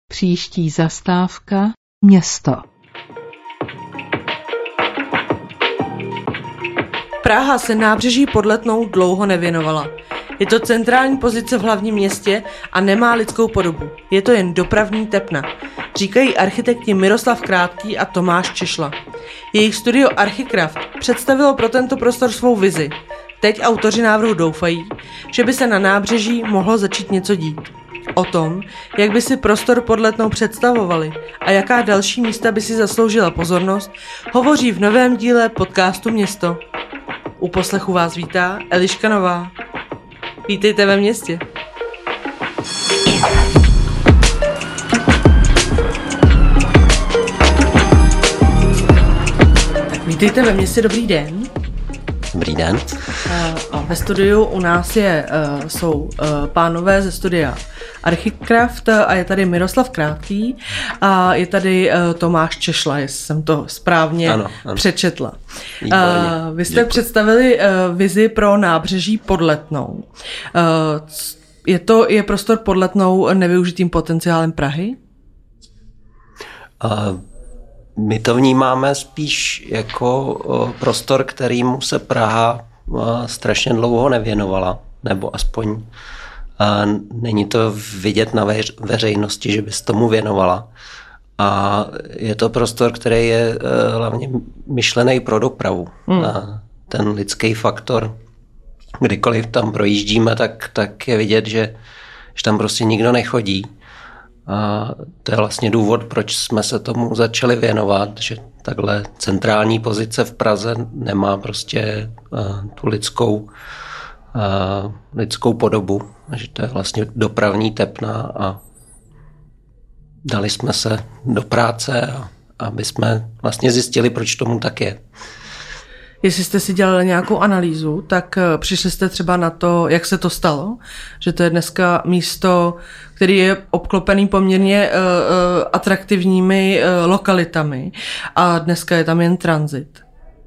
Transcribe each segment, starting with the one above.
Příští zastávka město. Praha se nábřeží pod Letnou dlouho nevěnovala. Je to centrální pozice v hlavním městě a nemá lidskou podobu. Je to jen dopravní tepna. Říkají architekti Miroslav Krátký a Tomáš Češla. Jejich studio Archikraft představilo pro tento prostor svou vizi. Teď autoři návrhu doufají, že by se na nábřeží mohlo začít něco dít. O tom, jak by si prostor pod Letnou představovali a jaká další místa by si zasloužila pozornost, hovoří v novém díle podcastu Město. U poslechu vás vítá Eliška Nová. Vítejte ve městě. Tak vítejte ve městě, dobrý den. Dobrý den. Ve studiu u nás jsou pánové ze studia Archikraft a je tady Miroslav Krátký a je tady Tomáš Češla, jestli jsem to správně přečetla. Vy jste představili vizi pro nábřeží pod Letnou. Je prostor pod Letnou nevyužitým potenciálem Prahy? My to vnímáme spíš jako prostor, kterýmu se Praha strašně dlouho nevěnovala, nebo aspoň není to vidět na veřejnosti, že by se tomu věnovala. A je to prostor, který je hlavně myšlený pro dopravu. Ten lidský faktor, kdykoliv tam projíždíme, tak je vidět, že tam prostě nikdo nechodí. A to je vlastně důvod, proč jsme se tomu začali věnovat, že takhle centrální pozice v Praze nemá prostě tu lidskou podobu, že to je vlastně dopravní tepna a dali jsme se do práce, aby jsme vlastně zjistili, proč tomu tak je. Jestli jste si dělali nějakou analýzu, tak přišli jste třeba na to, jak se to stalo, že to je dneska místo, který je obklopený poměrně atraktivními lokalitami a dneska je tam jen tranzit.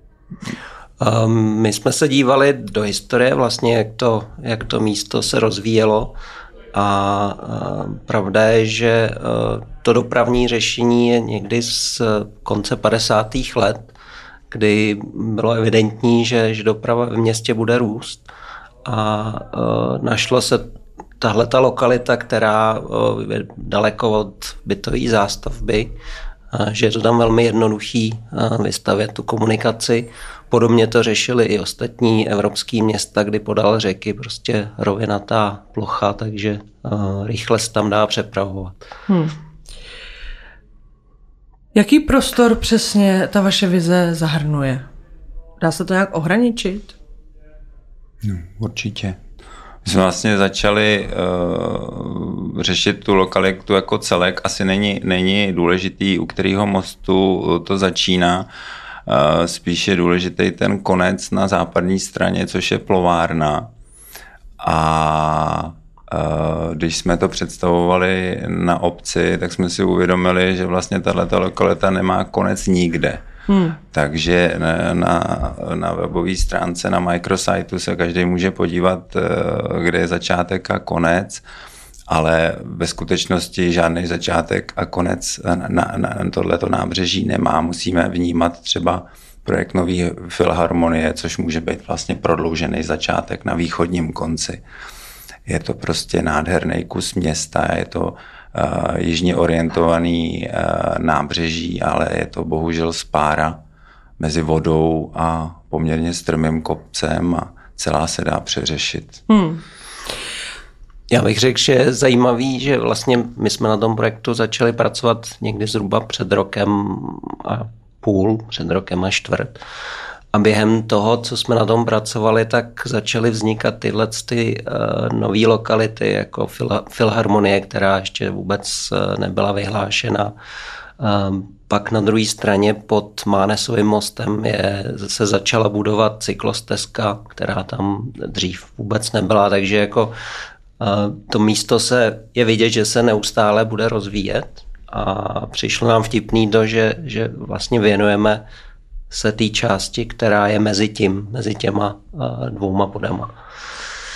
My jsme se dívali do historie vlastně, jak to místo se rozvíjelo a pravda je, že to dopravní řešení je někdy z konce 50. let, kdy bylo evidentní, že doprava v městě bude růst a našlo se tahleta lokalita, která je daleko od bytové zástavby, že je to tam velmi jednoduchý vystavět tu komunikaci. Podobně to řešili i ostatní evropské města, kdy podél řeky prostě rovinatá plocha, takže rychle se tam dá přepravovat. Jaký prostor přesně ta vaše vize zahrnuje? Dá se to nějak ohraničit? No, určitě. My jsme vlastně začali řešit tu lokalitu jako celek. Asi není důležitý, u kterého mostu to začíná. Spíš je důležitý ten konec na západní straně, což je plovárna. A když jsme to představovali na obci, tak jsme si uvědomili, že vlastně tato lokalita nemá konec nikde. Takže na webové stránce, na micrositeu se každý může podívat, kde je začátek a konec, ale ve skutečnosti žádný začátek a konec na tohleto nábřeží nemá. Musíme vnímat třeba projekt Nový Filharmonie, což může být vlastně prodloužený začátek na východním konci. Je to prostě nádherný kus města, je to jižně orientovaný nábřeží, ale je to bohužel spára mezi vodou a poměrně strmým kopcem a celá se dá přeřešit. Já bych řekl, že je zajímavý, že vlastně my jsme na tom projektu začali pracovat někdy zhruba před rokem a půl, před rokem a čtvrt. A během toho, co jsme na tom pracovali, tak začaly vznikat tyhle nové lokality, jako Filharmonie, která ještě vůbec nebyla vyhlášena. Pak na druhé straně pod Mánesovým mostem se začala budovat cyklostezka, která tam dřív vůbec nebyla, takže jako to místo je vidět, že se neustále bude rozvíjet a přišlo nám vtipný to, že vlastně věnujeme se té části, která je mezi těma dvouma bodama.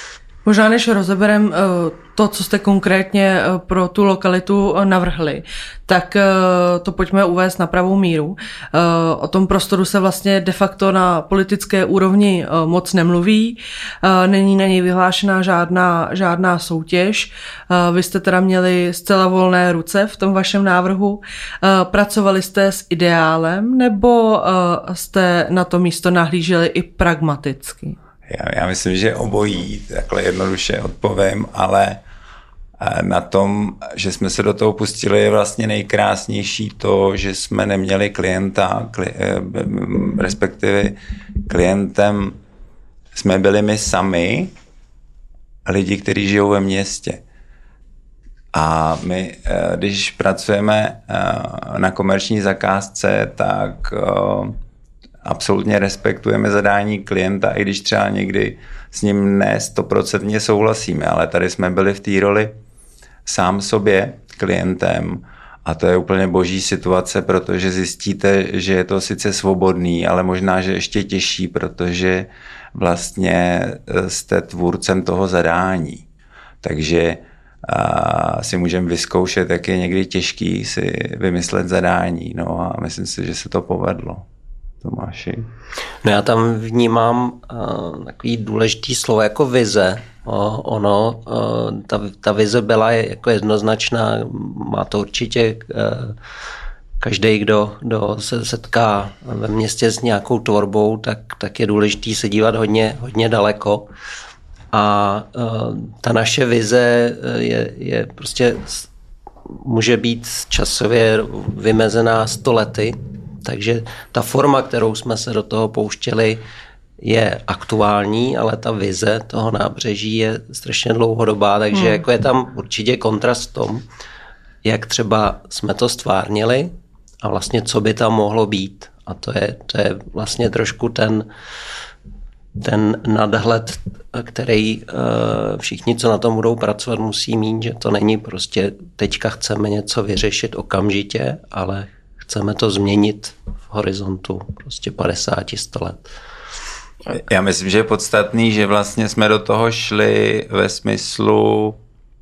Možná než rozebereme to, co jste konkrétně pro tu lokalitu navrhli, tak to pojďme uvést na pravou míru. O tom prostoru se vlastně de facto na politické úrovni moc nemluví, není na něj vyhlášená žádná soutěž. Vy jste teda měli zcela volné ruce v tom vašem návrhu. Pracovali jste s ideálem, nebo jste na to místo nahlíželi i pragmaticky? Já myslím, že obojí, takhle jednoduše odpovím, ale na tom, že jsme se do toho pustili, je vlastně nejkrásnější to, že jsme neměli klienta, respektive klientem jsme byli my sami, lidi, kteří žijou ve městě. A my, když pracujeme na komerční zakázce, tak absolutně respektujeme zadání klienta, i když třeba někdy s ním ne 100% souhlasíme, ale tady jsme byli v té roli sám sobě klientem a to je úplně boží situace, protože zjistíte, že je to sice svobodný, ale možná, že ještě těžší, protože vlastně jste tvůrcem toho zadání. Takže si můžeme vyzkoušet, jak je někdy těžký si vymyslet zadání. No a myslím si, že se to povedlo. Tomáši? No já tam vnímám takový důležitý slovo jako vize. Ta vize byla jako jednoznačná, má to určitě každý, kdo se setká ve městě s nějakou tvorbou, tak je důležitý se dívat hodně daleko. A ta naše vize je prostě může být časově vymezená 100 lety, takže ta forma, kterou jsme se do toho pouštěli, je aktuální, ale ta vize toho nábřeží je strašně dlouhodobá, takže jako je tam určitě kontrast v tom, jak třeba jsme to stvárnili a vlastně co by tam mohlo být. A to je vlastně trošku ten nadhled, který všichni, co na tom budou pracovat, musí mít, že to není prostě teďka chceme něco vyřešit okamžitě, ale chceme to změnit v horizontu prostě 50-100 let. Já myslím, že je podstatný, že vlastně jsme do toho šli ve smyslu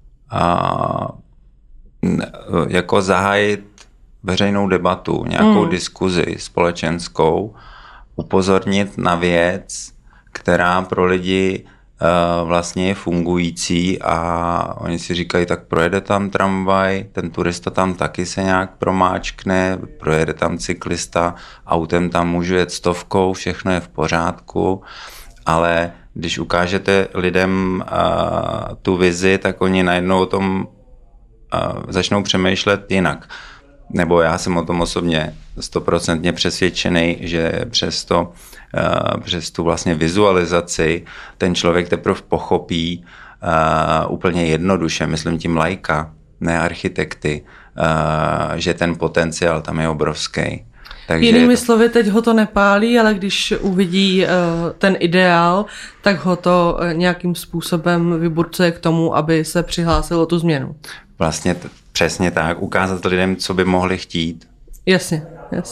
jako zahájit veřejnou debatu, nějakou diskuzi společenskou, upozornit na věc, která pro lidi vlastně je fungující a oni si říkají, tak projede tam tramvaj, ten turista tam taky se nějak promáčkne, projede tam cyklista, autem tam můžu jet 100, všechno je v pořádku, ale když ukážete lidem tu vizi, tak oni najednou o tom začnou přemýšlet jinak. Nebo já jsem o tom osobně 100% přesvědčený, že přes tu vlastně vizualizaci ten člověk teprve pochopí úplně jednoduše, myslím tím laika, ne architekty, že ten potenciál tam je obrovský. Takže jinými slovy, teď ho to nepálí, ale když uvidí ten ideál, tak ho to nějakým způsobem vyburcuje k tomu, aby se přihlásil o tu změnu. Vlastně přesně tak, ukázat lidem, co by mohli chtít. Jasně.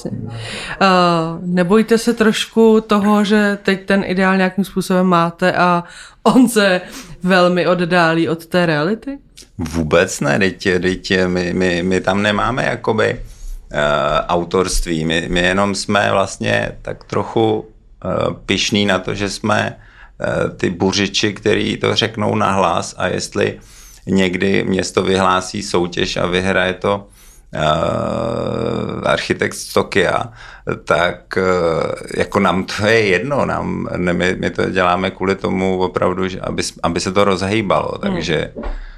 Nebojte se trošku toho, že teď ten ideál nějakým způsobem máte a on se velmi oddálí od té reality? Vůbec ne, my tam nemáme jakoby autorství, my jenom jsme vlastně tak trochu pyšní na to, že jsme ty buřiči, který to řeknou nahlas a jestli někdy město vyhlásí soutěž a vyhraje to architekt z Tokia, tak jako nám to je jedno, my to děláme kvůli tomu opravdu, aby se to rozhejbalo, takže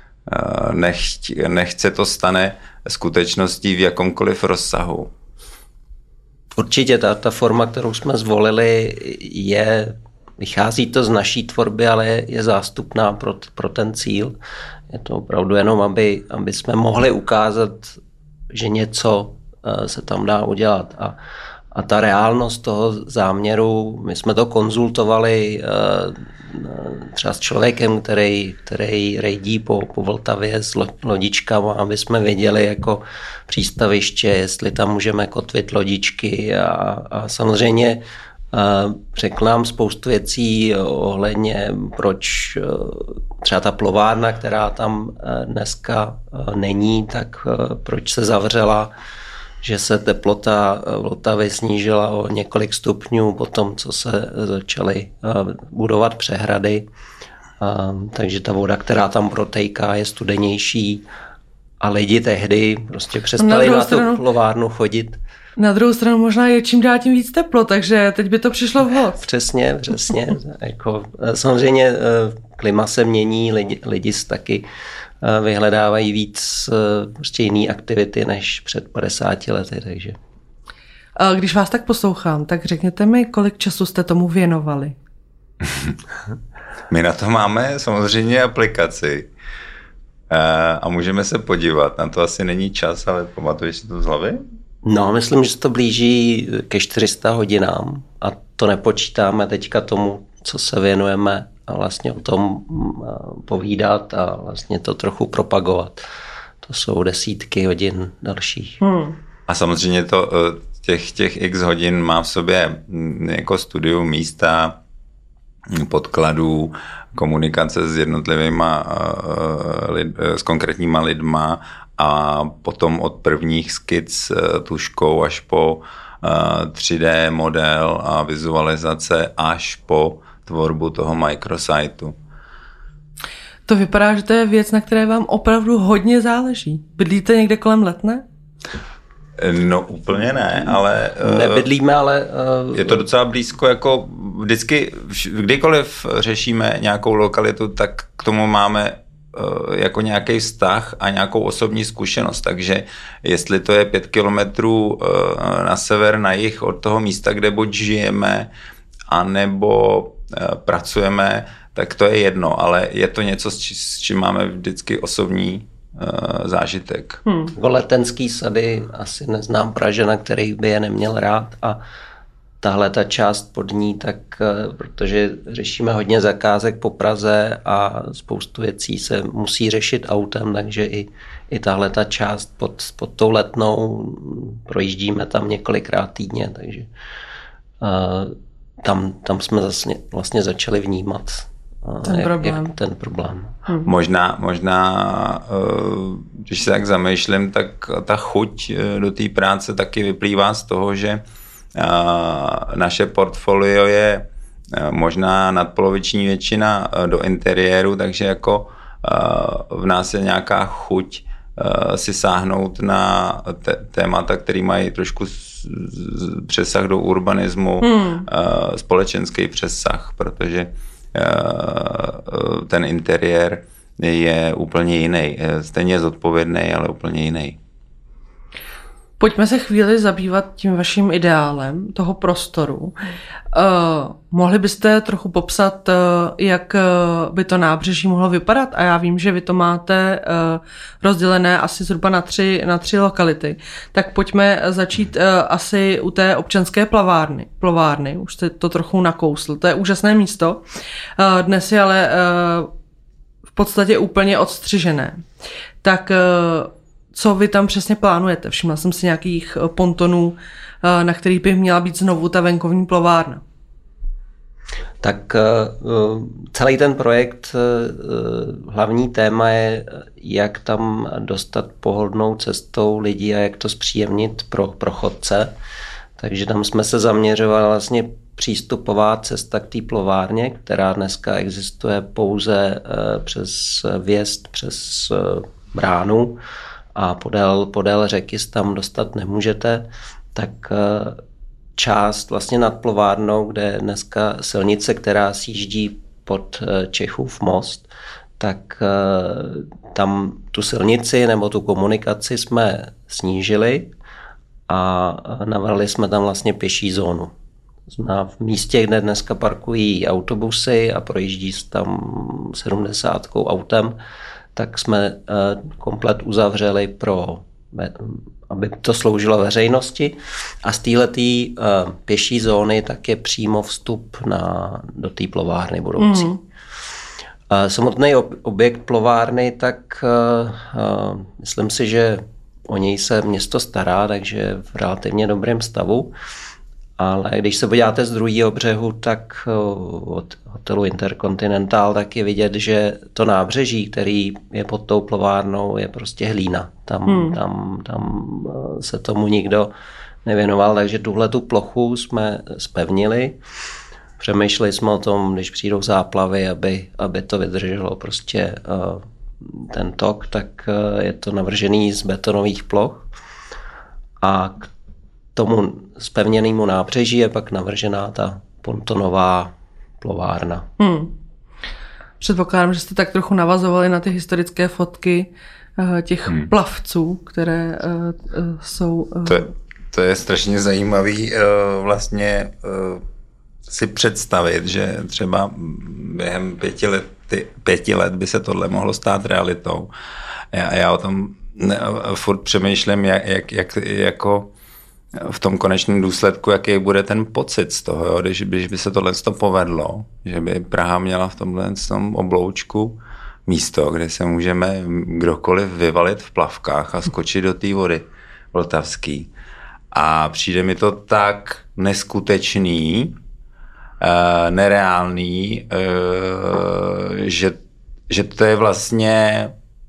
nechce to stane skutečností v jakomkoliv rozsahu. Určitě ta forma, kterou jsme zvolili, vychází to z naší tvorby, ale je zástupná pro ten cíl. Je to opravdu jenom, aby jsme mohli ukázat, že něco se tam dá udělat. A ta reálnost toho záměru, my jsme to konzultovali třeba s člověkem, který rejdí po Vltavě s lodičkama, aby jsme viděli jako přístaviště, jestli tam můžeme kotvit lodičky a samozřejmě Řekl nám spoustu věcí ohledně, proč třeba ta plovárna, která tam dneska není, tak proč se zavřela, že se teplota v Vltavě snížila o několik stupňů po tom, co se začaly budovat přehrady. Takže ta voda, která tam protéká, je studenější a lidi tehdy prostě přestali na tu plovárnu chodit. Na druhou stranu možná je čím dál tím víc teplo, takže teď by to přišlo vhod. Přesně. Jako, samozřejmě klima se mění, lidi taky vyhledávají víc prostě jiné aktivity než před 50 lety. Takže. Když vás tak poslouchám, tak řekněte mi, kolik času jste tomu věnovali? My na to máme samozřejmě aplikaci a můžeme se podívat. Na to asi není čas, ale pamatuješ si to z hlavy? No, myslím, že se to blíží ke 400 hodinám a to nepočítáme teďka tomu, co se věnujeme a vlastně o tom povídat a vlastně to trochu propagovat. To jsou desítky hodin dalších. A samozřejmě to těch x hodin má v sobě jako studium místa, podkladů, komunikace s jednotlivýma, s konkrétníma lidma a potom od prvních skic tuškou až po 3D model a vizualizace až po tvorbu toho micrositeu. To vypadá, že to je věc, na které vám opravdu hodně záleží. Bydlíte někde kolem Letné? No úplně ne, ale... Nebydlíme, ale... Je to docela blízko, jako vždycky, kdykoliv řešíme nějakou lokalitu, tak k tomu máme jako nějaký vztah a nějakou osobní zkušenost, takže jestli to je 5 kilometrů na sever, na jih od toho místa, kde buď žijeme, anebo pracujeme, tak to je jedno, ale je to něco, s čím máme vždycky osobní zážitek. Letenský sady asi neznám Pražana, který by je neměl rád a tahle ta část pod ní, tak protože řešíme hodně zakázek po Praze a spoustu věcí se musí řešit autem, takže i tahle ta část pod tou Letnou projíždíme tam několikrát týdně, takže tam jsme vlastně začali vnímat ten problém. Možná, když se tak zamýšlím, tak ta chuť do té práce taky vyplývá z toho, že naše portfolio je možná nadpoloviční většina do interiéru, takže jako v nás je nějaká chuť si sáhnout na témata, které mají trošku přesah do urbanismu, společenský přesah, protože ten interiér je úplně jiný. Stejně zodpovědný, ale úplně jiný. Pojďme se chvíli zabývat tím vaším ideálem toho prostoru. Mohli byste trochu popsat, jak by to nábřeží mohlo vypadat? A já vím, že vy to máte rozdělené asi zhruba na tři lokality. Tak pojďme začít asi u té občanské plovárny. Už jste to trochu nakousl. To je úžasné místo. Dnes je ale v podstatě úplně odstřižené. Tak co vy tam přesně plánujete? Všimla jsem si nějakých pontonů, na kterých by měla být znovu ta venkovní plovárna. Tak celý ten projekt, hlavní téma je, jak tam dostat pohodlnou cestou lidí a jak to zpříjemnit pro chodce. Takže tam jsme se zaměřovali vlastně přístupová cesta k té plovárně, která dneska existuje pouze přes vjezd, přes bránu a podél řeky tam dostat nemůžete, tak část vlastně nad plovárnou, kde je dneska silnice, která sjíždí pod Čechův most, tak tam tu silnici nebo tu komunikaci jsme snížili a navrhli jsme tam vlastně pěší zónu. V místě, kde dneska parkují autobusy a projíždí tam 70 autem, tak jsme komplet uzavřeli aby to sloužilo veřejnosti. A z téhletý pěší zóny tak je přímo vstup do té plovárny budoucí. Samotný objekt plovárny, tak myslím si, že o něj se město stará, takže v relativně dobrém stavu. Ale když se podíváte z druhého břehu, tak od hotelu Intercontinental, tak je vidět, že to nábřeží, který je pod tou plovárnou, je prostě hlína. Tam se tomu nikdo nevěnoval, takže tuhletu plochu jsme zpevnili. Přemýšleli jsme o tom, když přijdou záplavy, aby to vydrželo prostě ten tok, tak je to navržený z betonových ploch. A k tomu zpevněnému nábřeží je pak navržená ta pontonová plovárna. Předpokládám, že jste tak trochu navazovali na ty historické fotky těch plavců, které jsou... To je strašně zajímavý vlastně si představit, že třeba během 5 let by se tohle mohlo stát realitou. Já o tom furt přemýšlím, jak jako v tom konečném důsledku, jaký bude ten pocit z toho, jo? Když by se tohle povedlo, že by Praha měla v tomhle obloučku místo, kde se můžeme kdokoliv vyvalit v plavkách a skočit do té vody vltavský. A přijde mi to tak neskutečný, nereálný, že to je vlastně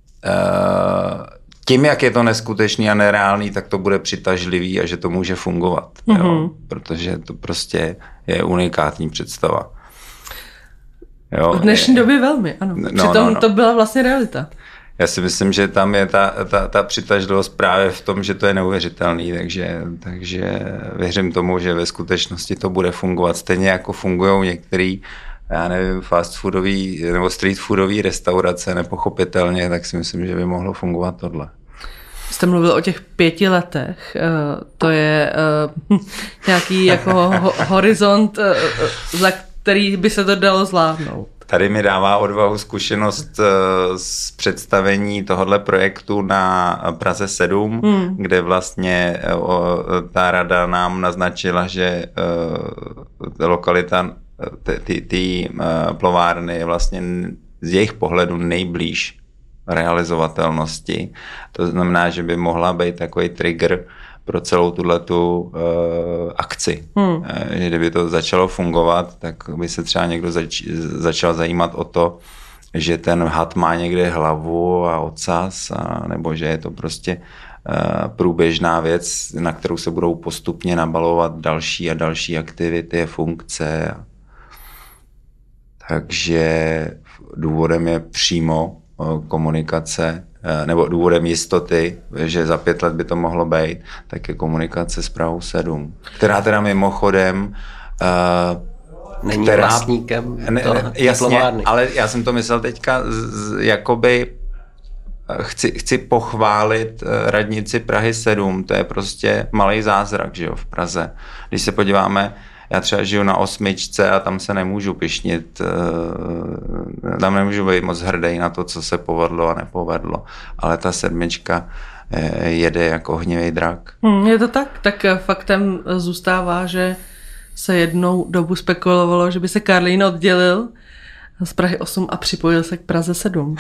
tím, jak je to neskutečný a nereálný, tak to bude přitažlivý a že to může fungovat. Jo? Protože to prostě je unikátní představa. Jo? V dnešní době velmi, ano. Přitom to byla vlastně realita. Já si myslím, že tam je ta přitažlivost právě v tom, že to je neuvěřitelný, takže věřím tomu, že ve skutečnosti to bude fungovat. Stejně jako fungují některé, já nevím, fast foodový nebo street foodový restaurace nepochopitelně, tak si myslím, že by mohlo fungovat tohle. Jste mluvil o těch 5 letech, to je nějaký jako horizont, za který by se to dalo zvládnout. Tady mi dává odvahu zkušenost z představení tohohle projektu na Praze 7, kde vlastně ta rada nám naznačila, že lokalita ty plovárny je vlastně z jejich pohledu nejblíž realizovatelnosti. To znamená, že by mohla být takový trigger pro celou tuhletu akci. Že kdyby to začalo fungovat, tak by se třeba někdo začal zajímat o to, že ten had má někde hlavu a ocas, nebo že je to prostě průběžná věc, na kterou se budou postupně nabalovat další a další aktivity, funkce. Takže důvodem je přímo komunikace, nebo důvodem jistoty, že za 5 let by to mohlo být, tak je komunikace s Prahou 7, která teda mimochodem není vlastníkem jasně, ale já jsem to myslel teďka jakoby chci pochválit radnici Prahy 7, to je prostě malý zázrak, že jo, v Praze. Když se podíváme, já třeba žiju na 8 a tam se nemůžu pyšnit, tam nemůžu být moc hrdý na to, co se povedlo a nepovedlo, ale ta 7 jede jako ohnivý drak. Je to tak? Tak faktem zůstává, že se jednou dobu spekulovalo, že by se Karlín oddělil z Prahy 8 a připojil se k Praze 7.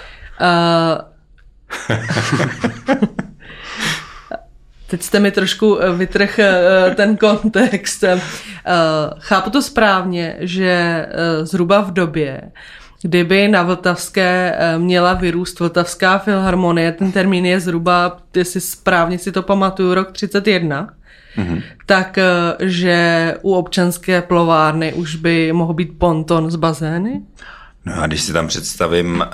Teď jste mi trošku vytrhl ten kontext. Chápu to správně, že zhruba v době, kdyby na Vltavské měla vyrůst Vltavská filharmonie, ten termín je zhruba, jestli správně si to pamatuju, rok 31, tak že u občanské plovárny už by mohl být ponton z bazény? No a když si tam představím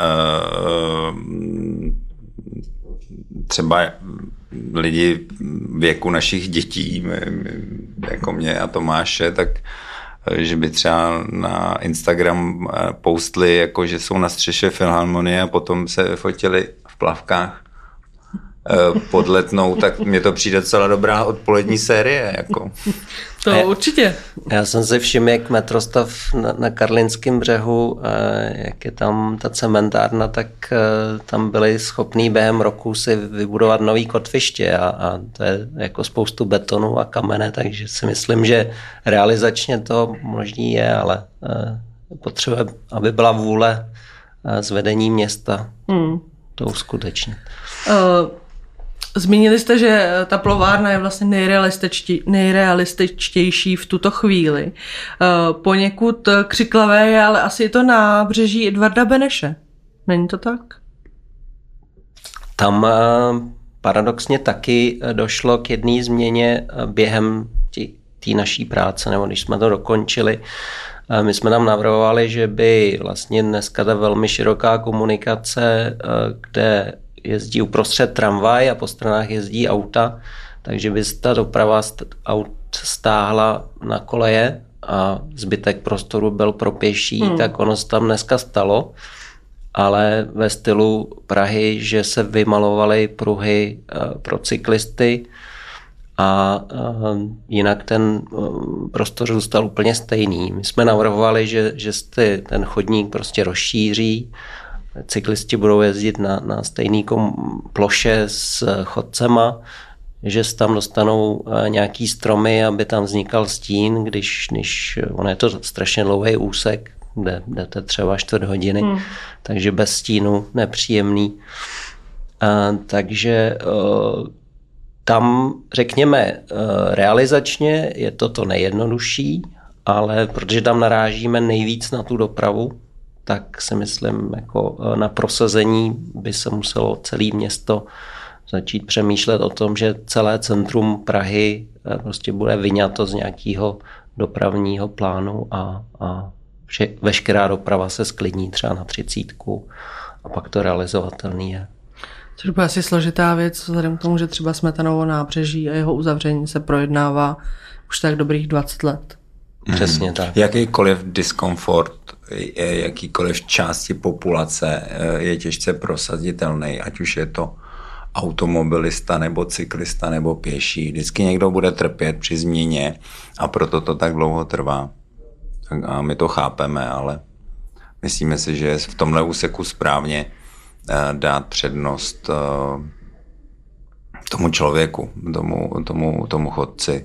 třeba lidi věku našich dětí, jako mě a Tomáše, tak že by třeba na Instagram postli, jako že jsou na střeše filharmonie a potom se fotili v plavkách pod Letnou, tak mně to přijde celá dobrá odpolední série. Jako. To určitě. Já jsem si všiml, jak metrostav na Karlínském břehu, jak je tam ta cementárna, tak tam byli schopní během roku si vybudovat nový kotviště a to je jako spoustu betonu a kamene, takže si myslím, že realizačně to možný je, ale potřebuje, aby byla vůle z vedení města to uskutečnit. Zmínili jste, že ta plovárna je vlastně nejrealističtější v tuto chvíli. Poněkud křiklavé je, ale asi je to nábřeží Edvarda Beneše. Není to tak? Tam paradoxně taky došlo k jedné změně během té naší práce, nebo když jsme to dokončili. My jsme tam navrhovali, že by vlastně dneska ta velmi široká komunikace, kde jezdí uprostřed tramvaj a po stranách jezdí auta, takže by ta doprava aut stáhla na koleje a zbytek prostoru byl pro pěší, tak ono se tam dneska stalo, ale ve stylu Prahy, že se vymalovaly pruhy pro cyklisty a jinak ten prostor zůstal úplně stejný. My jsme navrhovali, že ten chodník prostě rozšíří, cyklisti budou jezdit na stejný ploše s chodcema, že tam dostanou nějaký stromy, aby tam vznikal stín, když ono je to strašně dlouhý úsek, kde jdete třeba 4 hodiny, takže bez stínu nepříjemný. Takže tam, řekněme, realizačně je to nejjednodušší, ale protože tam narážíme nejvíc na tu dopravu, tak si myslím, jako na prosazení by se muselo celé město začít přemýšlet o tom, že celé centrum Prahy prostě bude vyňato z nějakého dopravního plánu a veškerá doprava se sklidní třeba na 30 a pak to realizovatelný je. Což bude asi složitá věc, vzhledem k tomu, že třeba Smetanovo nábřeží a jeho uzavření se projednává už tak dobrých 20 let. Přesně tak. Jakýkoliv diskomfort, jakýkoliv části populace je těžce prosaditelný, ať už je to automobilista nebo cyklista nebo pěší. Vždycky někdo bude trpět při změně a proto to tak dlouho trvá. A my to chápeme, ale myslíme si, že je v tomhle úseku správně dát přednost tomu člověku, tomu chodci.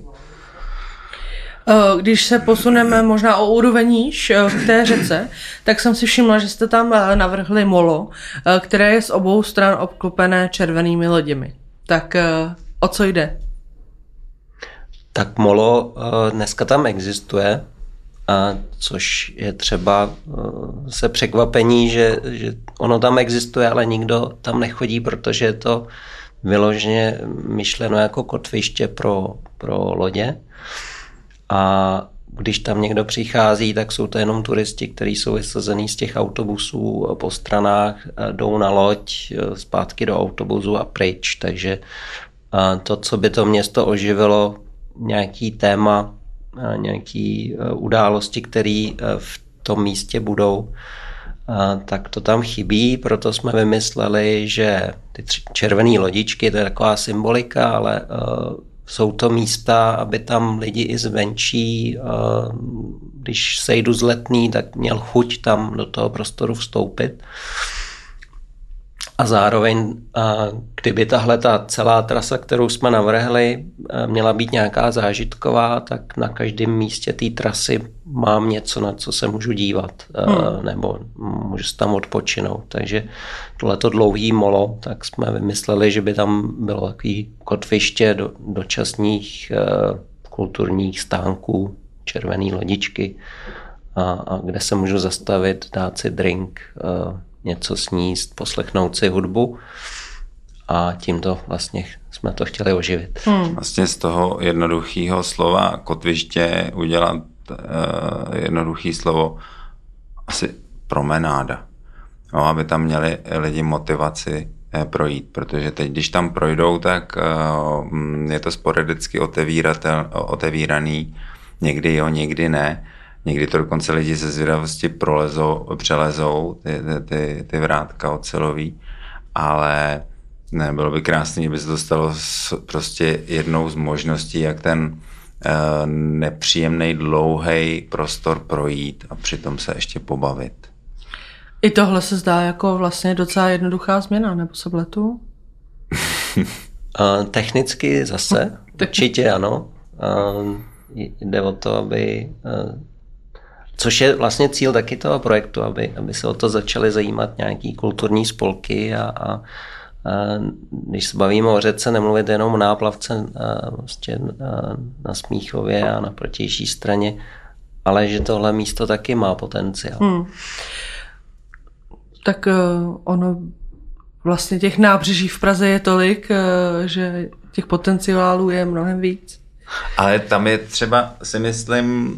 Když se posuneme možná o úroveň níž k té řece, tak jsem si všimla, že jste tam navrhli molo, které je z obou stran obklopené červenými loděmi. Tak o co jde? Tak molo dneska tam existuje, což je třeba se překvapení, že ono tam existuje, ale nikdo tam nechodí, protože je to vyloženě myšleno jako kotviště pro lodě. A když tam někdo přichází, tak jsou to jenom turisti, kteří jsou vysazený z těch autobusů po stranách, jdou na loď, zpátky do autobusu a pryč. Takže to, co by to město oživilo, nějaký téma, nějaký události, které v tom místě budou, tak to tam chybí, proto jsme vymysleli, že ty červené lodičky, to je taková symbolika, ale jsou to místa, aby tam lidi i zvenčí, když sejdu z Letný, tak měl chuť tam do toho prostoru vstoupit. A zároveň, kdyby tahle ta celá trasa, kterou jsme navrhli, měla být nějaká zážitková, tak na každém místě té trasy mám něco, na co se můžu dívat, nebo můžu se tam odpočinout. Takže tohleto dlouhý molo, tak jsme vymysleli, že by tam bylo takový kotviště dočasných kulturních stánků, červený lodičky, a kde se můžu zastavit, dát si drink, něco sníst, poslechnout si hudbu a tímto vlastně jsme to chtěli oživit. Vlastně z toho jednoduchého slova kotviště udělat jednoduché slovo asi promenáda. No, aby tam měli lidi motivaci projít, protože teď, když tam projdou, tak je to sporadicky otevíraný, někdy jo, někdy ne. Někdy to dokonce lidi ze zvědavosti přelezou ty vrátka ocelový, ale ne, bylo by krásné, kdyby se to stalo prostě jednou z možností, jak ten nepříjemný dlouhý prostor projít a přitom se ještě pobavit. I tohle se zdá jako vlastně docela jednoduchá změna, nebo se pletu? Technicky zase, určitě ano. Jde o to, aby... Což je vlastně cíl taky toho projektu, aby se o to začaly zajímat nějaký kulturní spolky a když se bavíme o řece, nemluvit jenom o náplavce vlastně na Smíchově a na protější straně, ale že tohle místo taky má potenciál. Tak ono vlastně těch nábřeží v Praze je tolik, že těch potenciálů je mnohem víc. Ale tam je třeba, si myslím,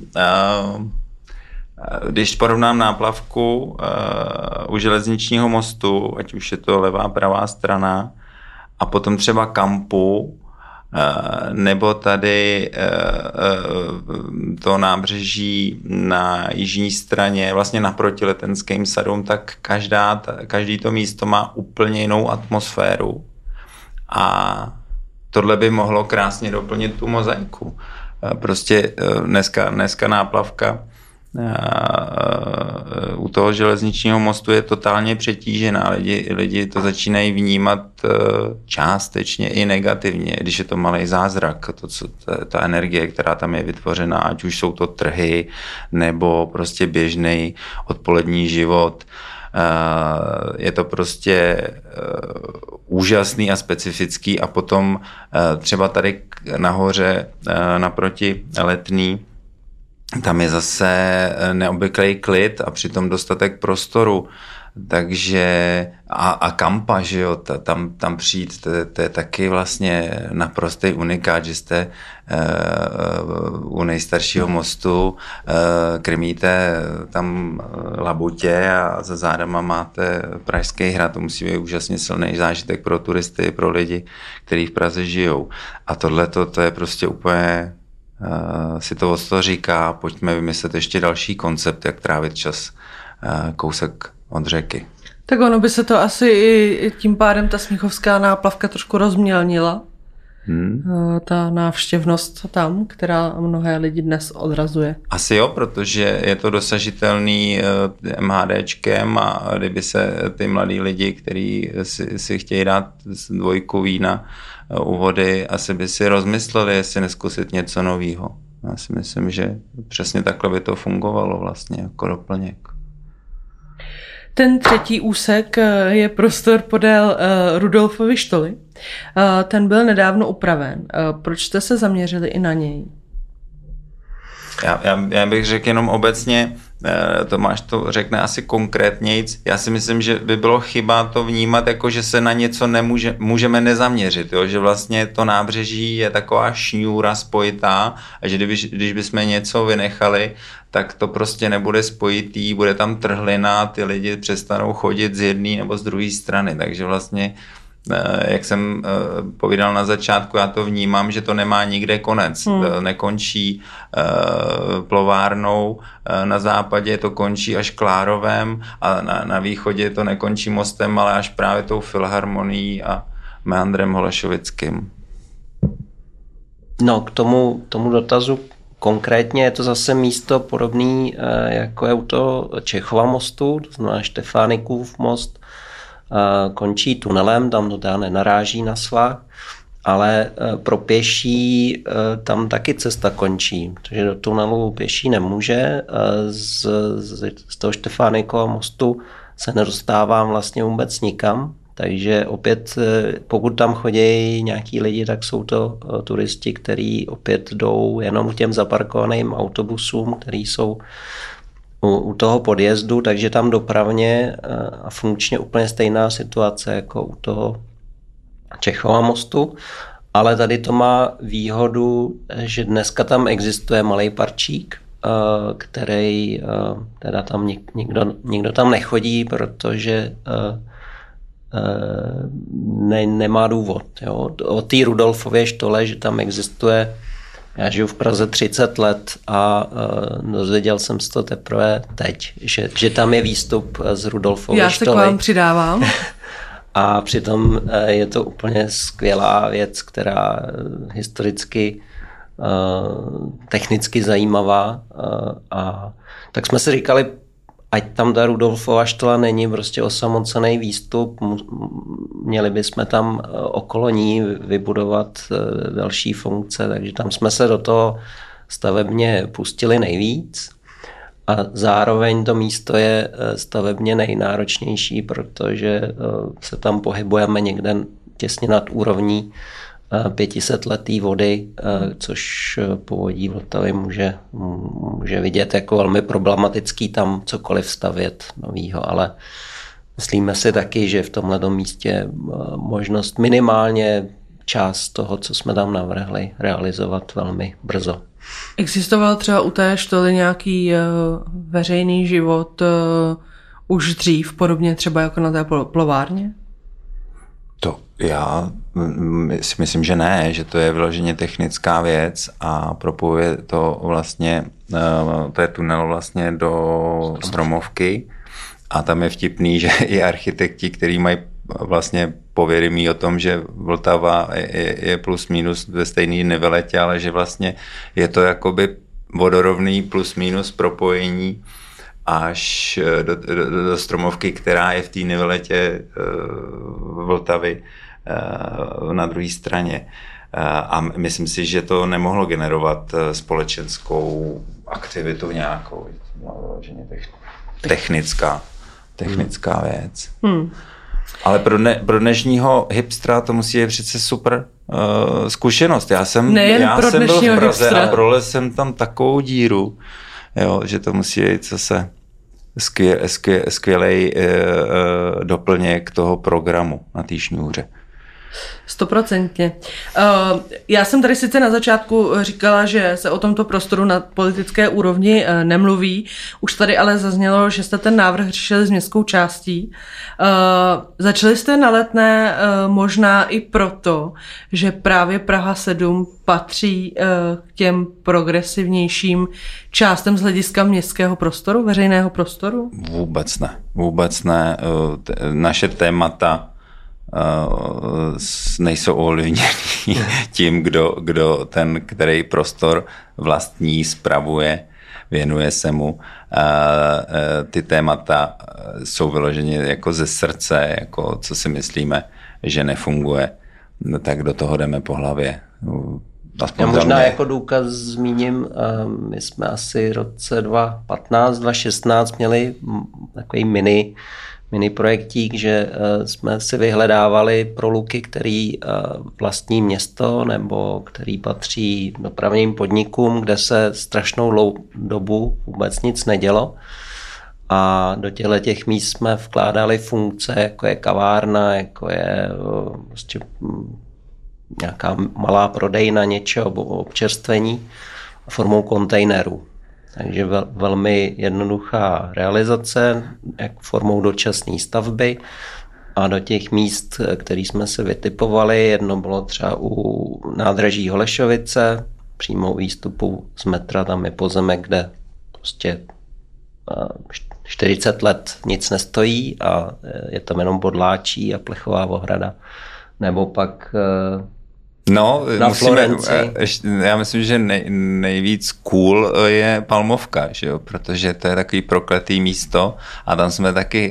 když porovnám náplavku u železničního mostu, ať už je to levá, pravá strana, a potom třeba kampu, nebo tady to nábřeží na jižní straně, vlastně naproti Letenským sadům, tak každý to místo má úplně jinou atmosféru. A tohle by mohlo krásně doplnit tu mozaiku. Prostě dneska náplavka u toho železničního mostu je totálně přetížená. Lidi to začínají vnímat částečně i negativně, když je to malý zázrak, ta energie, která tam je vytvořena, ať už jsou to trhy, nebo prostě běžný odpolední život. Je to prostě úžasný a specifický a potom třeba tady nahoře naproti Letný tam je zase neobvyklý klid a přitom dostatek prostoru. Takže a kampa, že jo, tam přijít, to je taky vlastně naprostý unikát, že jste u nejstaršího mostu, krmíte tam labutě a za zádama máte Pražský hrad. To musí být úžasně silný zážitek pro turisty, pro lidi, kteří v Praze žijou. A tohle to je prostě úplně, si to od toho říká, pojďme vymyslet ještě další koncept, jak trávit čas kousek od řeky. Tak ono by se to asi i tím pádem ta smíchovská náplavka trošku rozmělnila. Ta návštěvnost tam, která mnohé lidi dnes odrazuje. Asi jo, protože je to dosažitelný MHDčkem a kdyby se ty mladí lidi, kteří si chtějí dát dvojku vína u vody, asi by si rozmysleli, jestli neskusit něco nového. Já si myslím, že přesně takhle by to fungovalo vlastně jako doplněk. Ten třetí úsek je prostor podél Rudolfovy štoly. Ten byl nedávno upraven. Proč jste se zaměřili i na něj? Já bych řekl jenom obecně, Tomáš to řekne asi konkrétnějc. Já si myslím, že by bylo chyba to vnímat, jako že se na něco můžeme nezaměřit, jo? Že vlastně to nábřeží je taková šňůra spojitá a že když bychom něco vynechali, tak to prostě nebude spojitý, bude tam trhlina, ty lidi přestanou chodit z jedné nebo z druhé strany, takže vlastně jak jsem povídal na začátku, já to vnímám, že to nemá nikde konec. Nekončí plovárnou na západě, to končí až Klárovem a na východě to nekončí mostem, ale až právě tou filharmonií a Meandrem Holešovickým. No, k tomu dotazu konkrétně je to zase místo podobný, jako je u toho Čechova mostu, to znamená Štefánikův most, končí tunelem, tam to teda nenaráží na svah, ale pro pěší tam taky cesta končí, protože do tunelu pěší nemůže. Z toho Štefánikova mostu se nedostává vlastně vůbec nikam, takže opět pokud tam chodí nějaký lidi, tak jsou to turisti, kteří opět jdou jenom k těm zaparkovaným autobusům, který jsou u toho podjezdu, takže tam dopravně a funkčně úplně stejná situace jako u toho Čechova mostu, ale tady to má výhodu, že dneska tam existuje malý parčík, který teda tam nikdo tam nechodí, protože nemá důvod. Jo? O té Rudolfově štole, že tam existuje. Já žiju v Praze 30 let a dozvěděl jsem se to teprve teď, že tam je výstup z Rudolfovy štoly. Já se k vám přidávám. A přitom je to úplně skvělá věc, která historicky, technicky zajímavá. A tak jsme si říkali, ať tam ta Rudolfova štola není prostě osamocený výstup, měli bychom tam okolo ní vybudovat další funkce, takže tam jsme se do toho stavebně pustili nejvíc. A zároveň to místo je stavebně nejnáročnější, protože se tam pohybujeme někde těsně nad úrovní 500letý vody, což povodí Vltavy může vidět jako velmi problematický tam cokoliv stavět novýho, ale myslíme si taky, že v tomhletom místě možnost minimálně část toho, co jsme tam navrhli, realizovat velmi brzo. Existoval třeba u té štoly nějaký veřejný život už dřív, podobně třeba jako na té plovárně? To já si myslím, že ne, že to je vyloženě technická věc a propojuje to vlastně, to je tunel vlastně do Stromovky a tam je vtipný, že i architekti, kteří mají vlastně povědomí o tom, že Vltava je plus minus ve stejný niveletě, ale že vlastně je to jakoby vodorovný plus minus propojení až do Stromovky, která je v té niveletě Vltavy na druhé straně. A myslím si, že to nemohlo generovat společenskou aktivitu nějakou. Technická věc. Ale pro dnešního hipstra to musí být přece super zkušenost. Já jsem byl v Praze a prolez jsem tam takovou díru, jo, že to musí být zase skvělej doplněk toho programu na té šňůře. 100%. Já jsem tady sice na začátku říkala, že se o tomto prostoru na politické úrovni nemluví. Už tady ale zaznělo, že jste ten návrh řešili s městskou částí. Začali jste na Letné možná i proto, že právě Praha 7 patří k těm progresivnějším částem z hlediska městského prostoru, veřejného prostoru? Vůbec ne. Naše témata nejsou ovlivněný tím, kdo ten, který prostor vlastní, spravuje, věnuje se mu. Ty témata jsou vyloženě jako ze srdce, jako co si myslíme, že nefunguje, tak do toho jdeme po hlavě. Já možná jako důkaz zmíním, my jsme asi v roce 2015-2016 měli takový mini projektík, že jsme si vyhledávali proluky, který vlastní město nebo který patří dopravním podnikům, kde se strašnou dobu vůbec nic nedělo. A do těch míst jsme vkládali funkce, jako je kavárna, jako je prostě nějaká malá prodejna něčeho, občerstvení formou kontejnerů. Takže velmi jednoduchá realizace, jak formou dočasné stavby. A do těch míst, které jsme se vytipovali, jedno bylo třeba u nádraží Holešovice, přímo u výstupu z metra, tam je pozemek, kde prostě 40 let nic nestojí a je tam jenom bodláčí a plechová ohrada. Nebo pak na Florenci. Já myslím, že nejvíc cool je Palmovka, že jo? Protože to je takový prokletý místo a tam jsme taky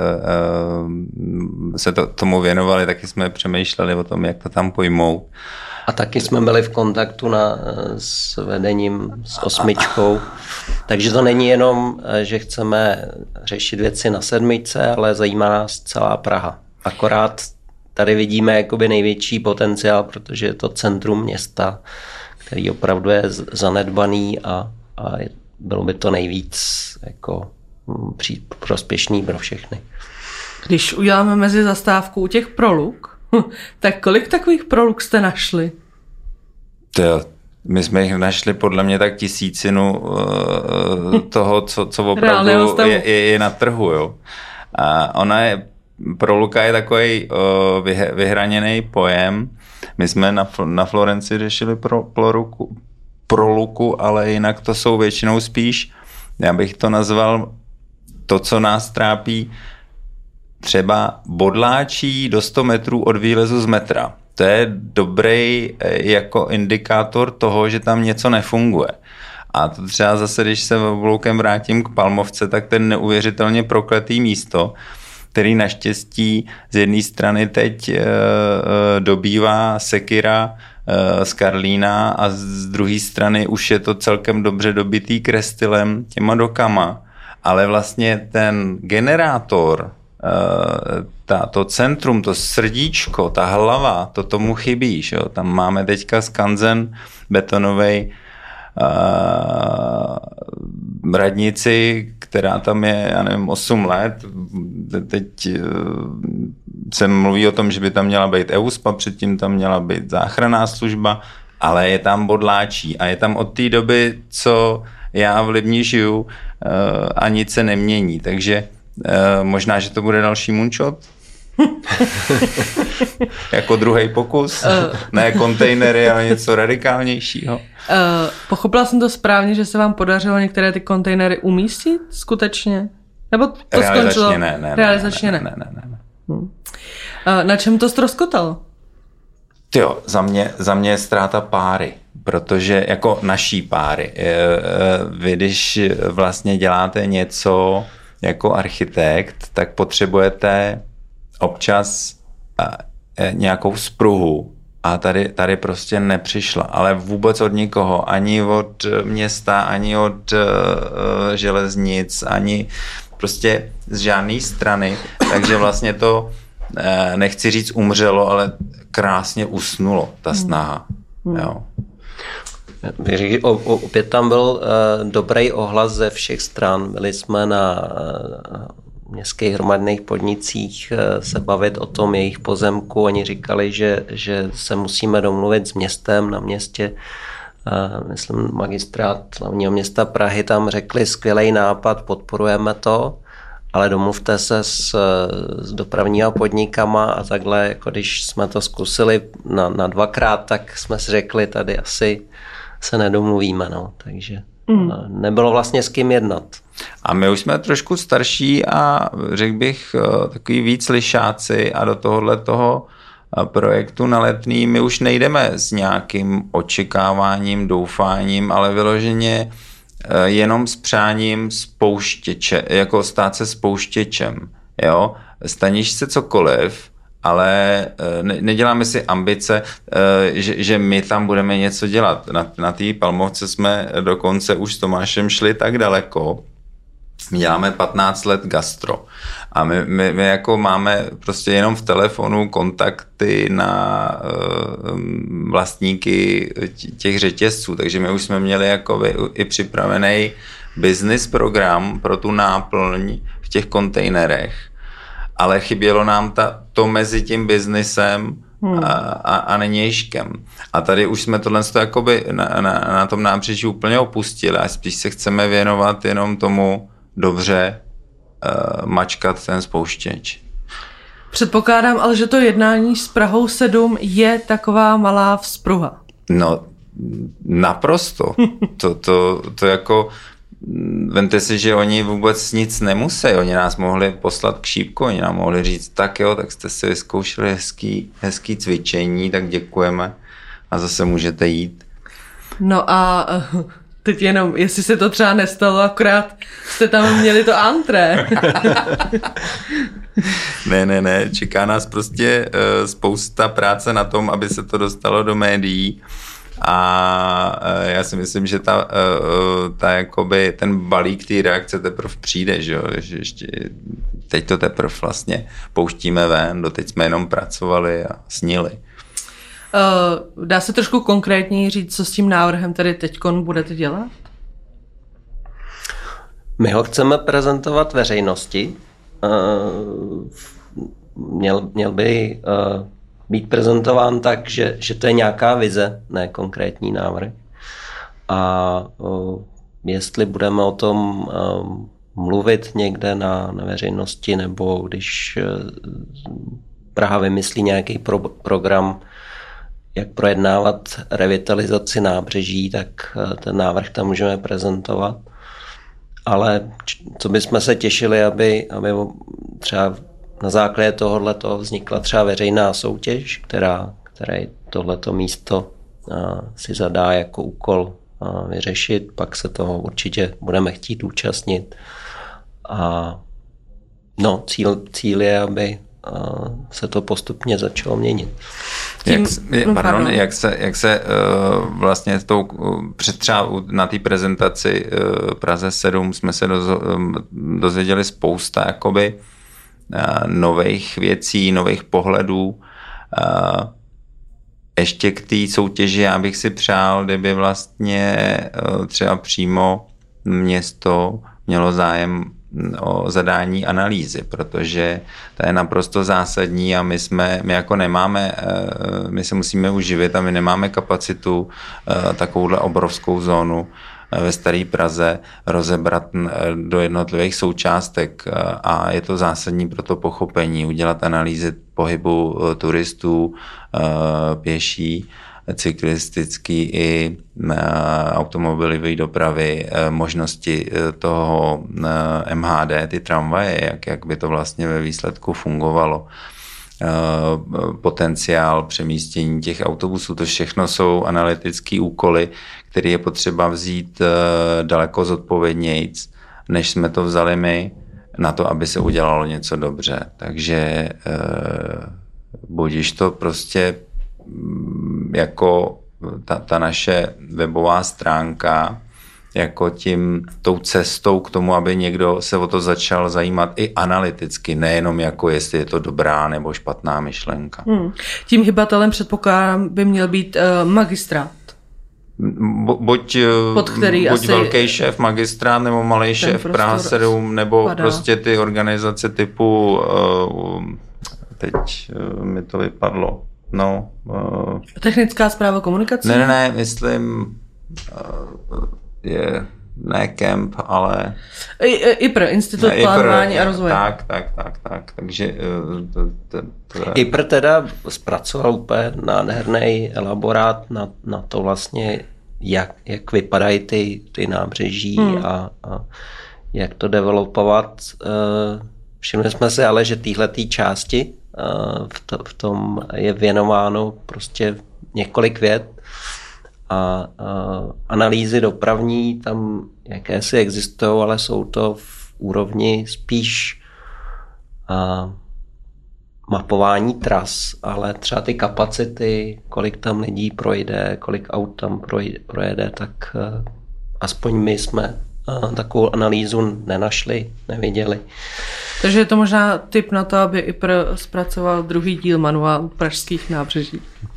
se tomu věnovali, taky jsme přemýšleli o tom, jak to tam pojmout. A taky jsme byli v kontaktu s vedením, s osmičkou. Takže to není jenom, že chceme řešit věci na sedmičce, ale zajímá nás celá Praha. Akorát tady vidíme jakoby největší potenciál, protože je to centrum města, který opravdu je zanedbaný a bylo by to nejvíc jako prospěšný pro všechny. Když uděláme mezi zastávku u těch proluk, tak kolik takových proluk jste našli? My jsme jich našli podle mě tak 1000 toho, co opravdu je na trhu. Jo. A proluka je takový vyhraněný pojem. My jsme na Florenci řešili proluku, ale jinak to jsou většinou spíš, já bych to nazval to, co nás trápí, třeba bodláčí do 100 metrů od výlezu z metra. To je dobrý jako indikátor toho, že tam něco nefunguje. A to třeba zase, když se obloukem vrátím k Palmovce, tak ten neuvěřitelně prokletý místo, který naštěstí z jedné strany teď dobývá sekira z Karlína a z druhé strany už je to celkem dobře dobitý krestilem těma dokama, ale vlastně ten generátor, to centrum, to srdíčko, ta hlava, to tomu chybí. Že jo? Tam máme teďka skanzen betonovej, radnici, která tam je, já nevím, 8 let. Teď se mluví o tom, že by tam měla být EUSPA, předtím tam měla být záchranná služba, ale je tam bodláčí a je tam od té doby, co já v Libni žiju, a nic se nemění. Takže možná, že to bude další moonshot? Jako druhý pokus? Ne kontejnery, ale něco radikálnějšího? Pochopila jsem to správně, že se vám podařilo některé ty kontejnery umístit skutečně? Nebo to skončilo? Realizačně ne. Na čem to ztroskotalo? Jo, za mě je ztráta páry, protože jako naší páry. Vy, když vlastně děláte něco jako architekt, tak potřebujete občas nějakou spruhu a tady prostě nepřišla, ale vůbec od nikoho, ani od města, ani od železnic, ani prostě z žádné strany, takže vlastně to, nechci říct umřelo, ale krásně usnulo ta snaha. Jo. Opět tam byl dobrý ohlas ze všech stran. Byli jsme na městských hromadných podnicích se bavit o tom jejich pozemku. Oni říkali, že se musíme domluvit s městem. Na městě, myslím, magistrát hlavního města Prahy tam řekli skvělý nápad, podporujeme to, ale domluvte se s dopravníma podnikama a takhle, jako když jsme to zkusili na dvakrát, tak jsme si řekli, tady asi se nedomluvíme, no, takže nebylo vlastně s kým jednat. A my už jsme trošku starší a řekl bych takový víc lišáci a do toho projektu na Letný my už nejdeme s nějakým očekáváním, doufáním, ale vyloženě jenom s přáním spouštěče, jako stát se spouštěčem. Jo? Staníš se cokoliv, ale neděláme si ambice, že my tam budeme něco dělat. Na té Palmovce jsme dokonce už s Tomášem šli tak daleko. My děláme 15 let gastro a my jako máme prostě jenom v telefonu kontakty na vlastníky těch řetězců, takže my už jsme měli jako i připravený business program pro tu náplň v těch kontejnerech, ale chybělo nám to mezi tím biznisem a nenějškem. A tady už jsme tohle jakoby na tom nábřeží úplně opustili a spíš se chceme věnovat jenom tomu dobře mačkat ten spouštěč. Předpokládám, ale že to jednání s Prahou 7 je taková malá vzpruha. No, naprosto. To jako, vemte si, že oni vůbec nic nemusí. Oni nás mohli poslat k šípku, oni nám mohli říct, tak jo, tak jste si vyzkoušeli hezký cvičení, tak děkujeme a zase můžete jít. No a teď jenom, jestli se to třeba nestalo, akorát jste tam měli to antré. Ne, čeká nás prostě spousta práce na tom, aby se to dostalo do médií a já si myslím, že jakoby ten balík té reakce teprve přijde, že jo? Že ještě teď to teprve vlastně pouštíme ven, doteď jsme jenom pracovali a snili. Dá se trošku konkrétněji říct, co s tím návrhem tady teďkon budete dělat? My ho chceme prezentovat veřejnosti. Měl by být prezentován tak, že to je nějaká vize, ne konkrétní návrh. A jestli budeme o tom mluvit někde na veřejnosti, nebo když Praha vymyslí nějaký program, jak projednávat revitalizaci nábřeží, tak ten návrh tam můžeme prezentovat. Ale co bychom se těšili, aby třeba na základě tohoto vznikla třeba veřejná soutěž, která tohleto místo si zadá jako úkol vyřešit, pak se toho určitě budeme chtít účastnit. A cíl je, aby se to postupně začalo měnit. Jak se vlastně třeba na té prezentaci Praze 7 jsme se dozvěděli spousta jakoby nových věcí, nových pohledů. Ještě k té soutěži já bych si přál, kdyby vlastně třeba přímo město mělo zájem o zadání analýzy, protože to je naprosto zásadní a my jako nemáme, my se musíme uživit a my nemáme kapacitu takovouhle obrovskou zónu ve Staré Praze rozebrat do jednotlivých součástek a je to zásadní pro to pochopení, udělat analýzy pohybu turistů, pěší, cyklistický i automobilové dopravy, možnosti toho MHD, ty tramvaje, jak by to vlastně ve výsledku fungovalo. Potenciál přemístění těch autobusů, to všechno jsou analytické úkoly, které je potřeba vzít daleko zodpovědnějc, než jsme to vzali my, na to, aby se udělalo něco dobře. Takže budiž to prostě jako ta naše webová stránka jako tou cestou k tomu, aby někdo se o to začal zajímat i analyticky, nejenom jako jestli je to dobrá nebo špatná myšlenka. Tím hybatelem předpokládám by měl být magistrát. Buď velký šéf magistrát nebo malý šéf Praha 7 nebo padá. Prostě ty organizace typu teď mi to vypadlo. Technická správa komunikací? Ne, myslím ne Kemp, ale IPR, Institut plánování a rozvoje. Tak. Takže IPR teda zpracoval úplně nádherný elaborát na to vlastně, jak vypadají ty nábřeží a jak to developovat. Všimli jsme si ale, že téhletý části v tom je věnováno prostě několik vět a analýzy dopravní tam jakési existují, ale jsou to v úrovni spíš mapování tras, ale třeba ty kapacity, kolik tam lidí projde, kolik aut tam projede, tak aspoň my jsme takovou analýzu nenašli, neviděli. Takže je to možná tip na to, aby IPR zpracoval druhý díl manuálu pražských nábřeží.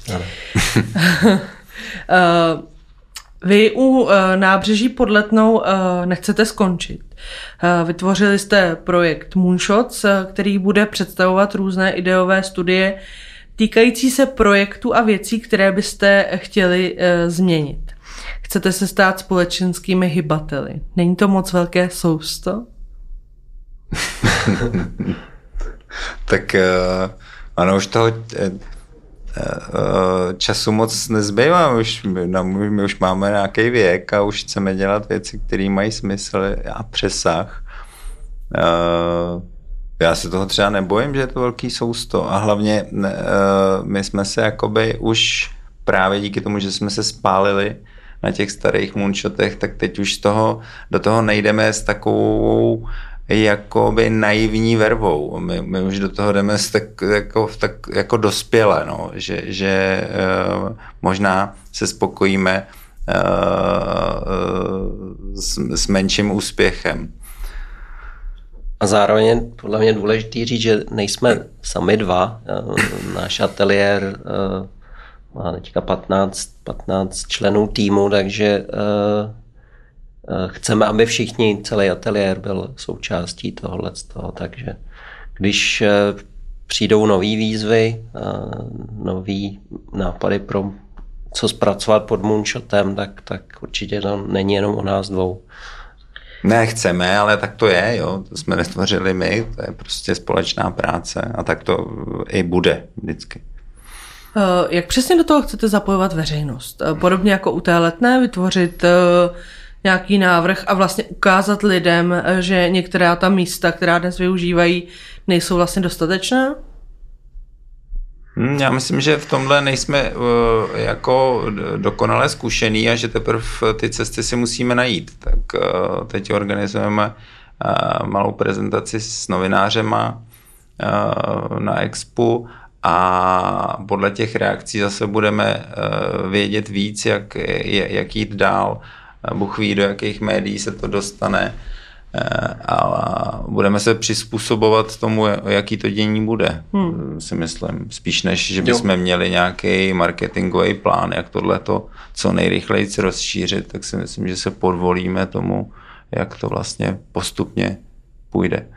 Vy u nábřeží pod Letnou nechcete skončit. Vytvořili jste projekt Moonshots, který bude představovat různé ideové studie týkající se projektu a věcí, které byste chtěli změnit. Chcete se stát společenskými hybateli. Není to moc velké sousto? Tak ano, už toho času moc nezbývá, my už máme nějaký věk a už chceme dělat věci, které mají smysl a přesah. Já se toho třeba nebojím, že je to velký sousto a hlavně my jsme se jakoby už právě díky tomu, že jsme se spálili na těch starých moonshotech, tak teď už do toho nejdeme s takovou jakoby naivní vervou. My už do toho jdeme jako dospěle, no. že možná se spokojíme s menším úspěchem. A zároveň je podle mě důležitý říct, že nejsme sami dva. Náš ateliér má teďka 15 členů týmu, takže chceme, aby všichni, celý ateliér byl součástí tohoto. Takže když přijdou nový výzvy, nový nápady pro co zpracovat pod Moonshotem, tak určitě to není jenom o nás dvou. Ne, chceme, ale tak to je, jo. To jsme netvořili my, to je prostě společná práce a tak to i bude vždycky. Jak přesně do toho chcete zapojovat veřejnost? Podobně jako u té Letné vytvořit nějaký návrh a vlastně ukázat lidem, že některá ta místa, která dnes využívají, nejsou vlastně dostatečná? Já myslím, že v tomhle nejsme jako dokonale zkušený a že teprve ty cesty si musíme najít. Tak teď organizujeme malou prezentaci s novinářema na Expu a podle těch reakcí zase budeme vědět víc, jak jít dál. Bůh ví, do jakých médií se to dostane a budeme se přizpůsobovat tomu, jaký to dění bude, si myslím. Spíš než, že bychom měli nějaký marketingový plán, jak tohleto co nejrychleji rozšířit, tak si myslím, že se podvolíme tomu, jak to vlastně postupně půjde.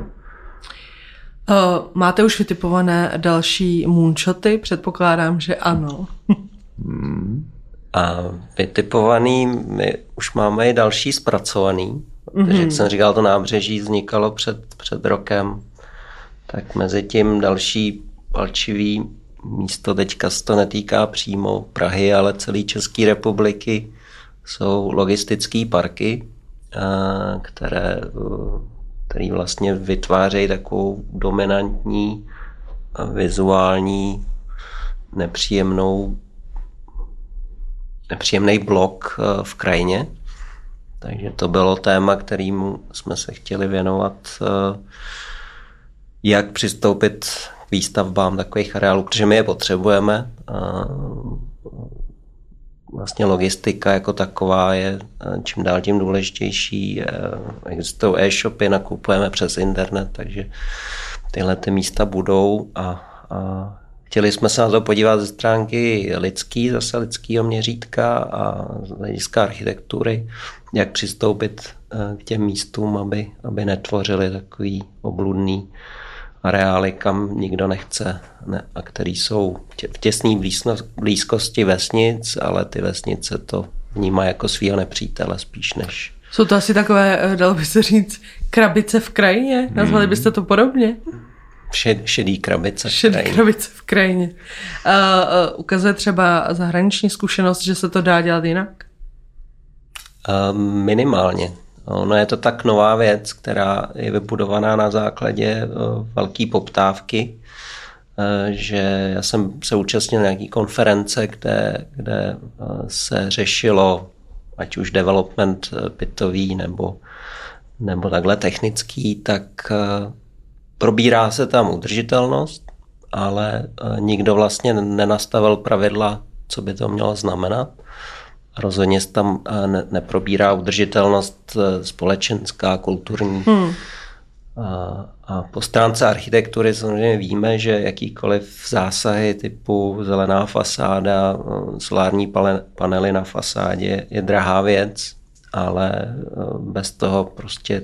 Máte už vytipované další moonshoty? Předpokládám, že ano. A vytipovaný, my už máme i další zpracovaný, protože jak jsem říkal, to nábřeží vznikalo před rokem, tak mezi tím další palčivý místo, teďka se to netýká přímo Prahy, ale celé České republiky, jsou logistické parky, který vlastně vytvářejí takovou dominantní, vizuální, nepříjemný blok v krajině. Takže to bylo téma, kterému jsme se chtěli věnovat, jak přistoupit k výstavbám takových areálů, protože my je potřebujeme. Vlastně logistika jako taková je čím dál tím důležitější. Existují e-shopy, nakupujeme přes internet, takže tyhle ty místa budou a chtěli jsme se na to podívat ze stránky lidského měřítka a z hlediska architektury, jak přistoupit k těm místům, aby netvořili takový obludný areály, kam nikdo nechce, a který jsou v těsné blízkosti vesnic, ale ty vesnice to vnímají jako svýho nepřítele spíš než... Jsou to asi takové, dalo by se říct, krabice v krajině? Nazvali byste to podobně? Šedý krabice v krajině. Ukazuje třeba zahraniční zkušenost, že se to dá dělat jinak? Minimálně. No, je to tak nová věc, která je vybudovaná na základě velké poptávky, že já jsem se účastnil nějaký konference, kde se řešilo ať už development bytový nebo takhle technický, tak probírá se tam udržitelnost, ale nikdo vlastně nenastavil pravidla, co by to mělo znamenat. Rozhodně se tam neprobírá udržitelnost společenská, kulturní. A po stránce architektury samozřejmě víme, že jakýkoliv zásahy typu zelená fasáda, solární panely na fasádě je drahá věc, ale bez toho prostě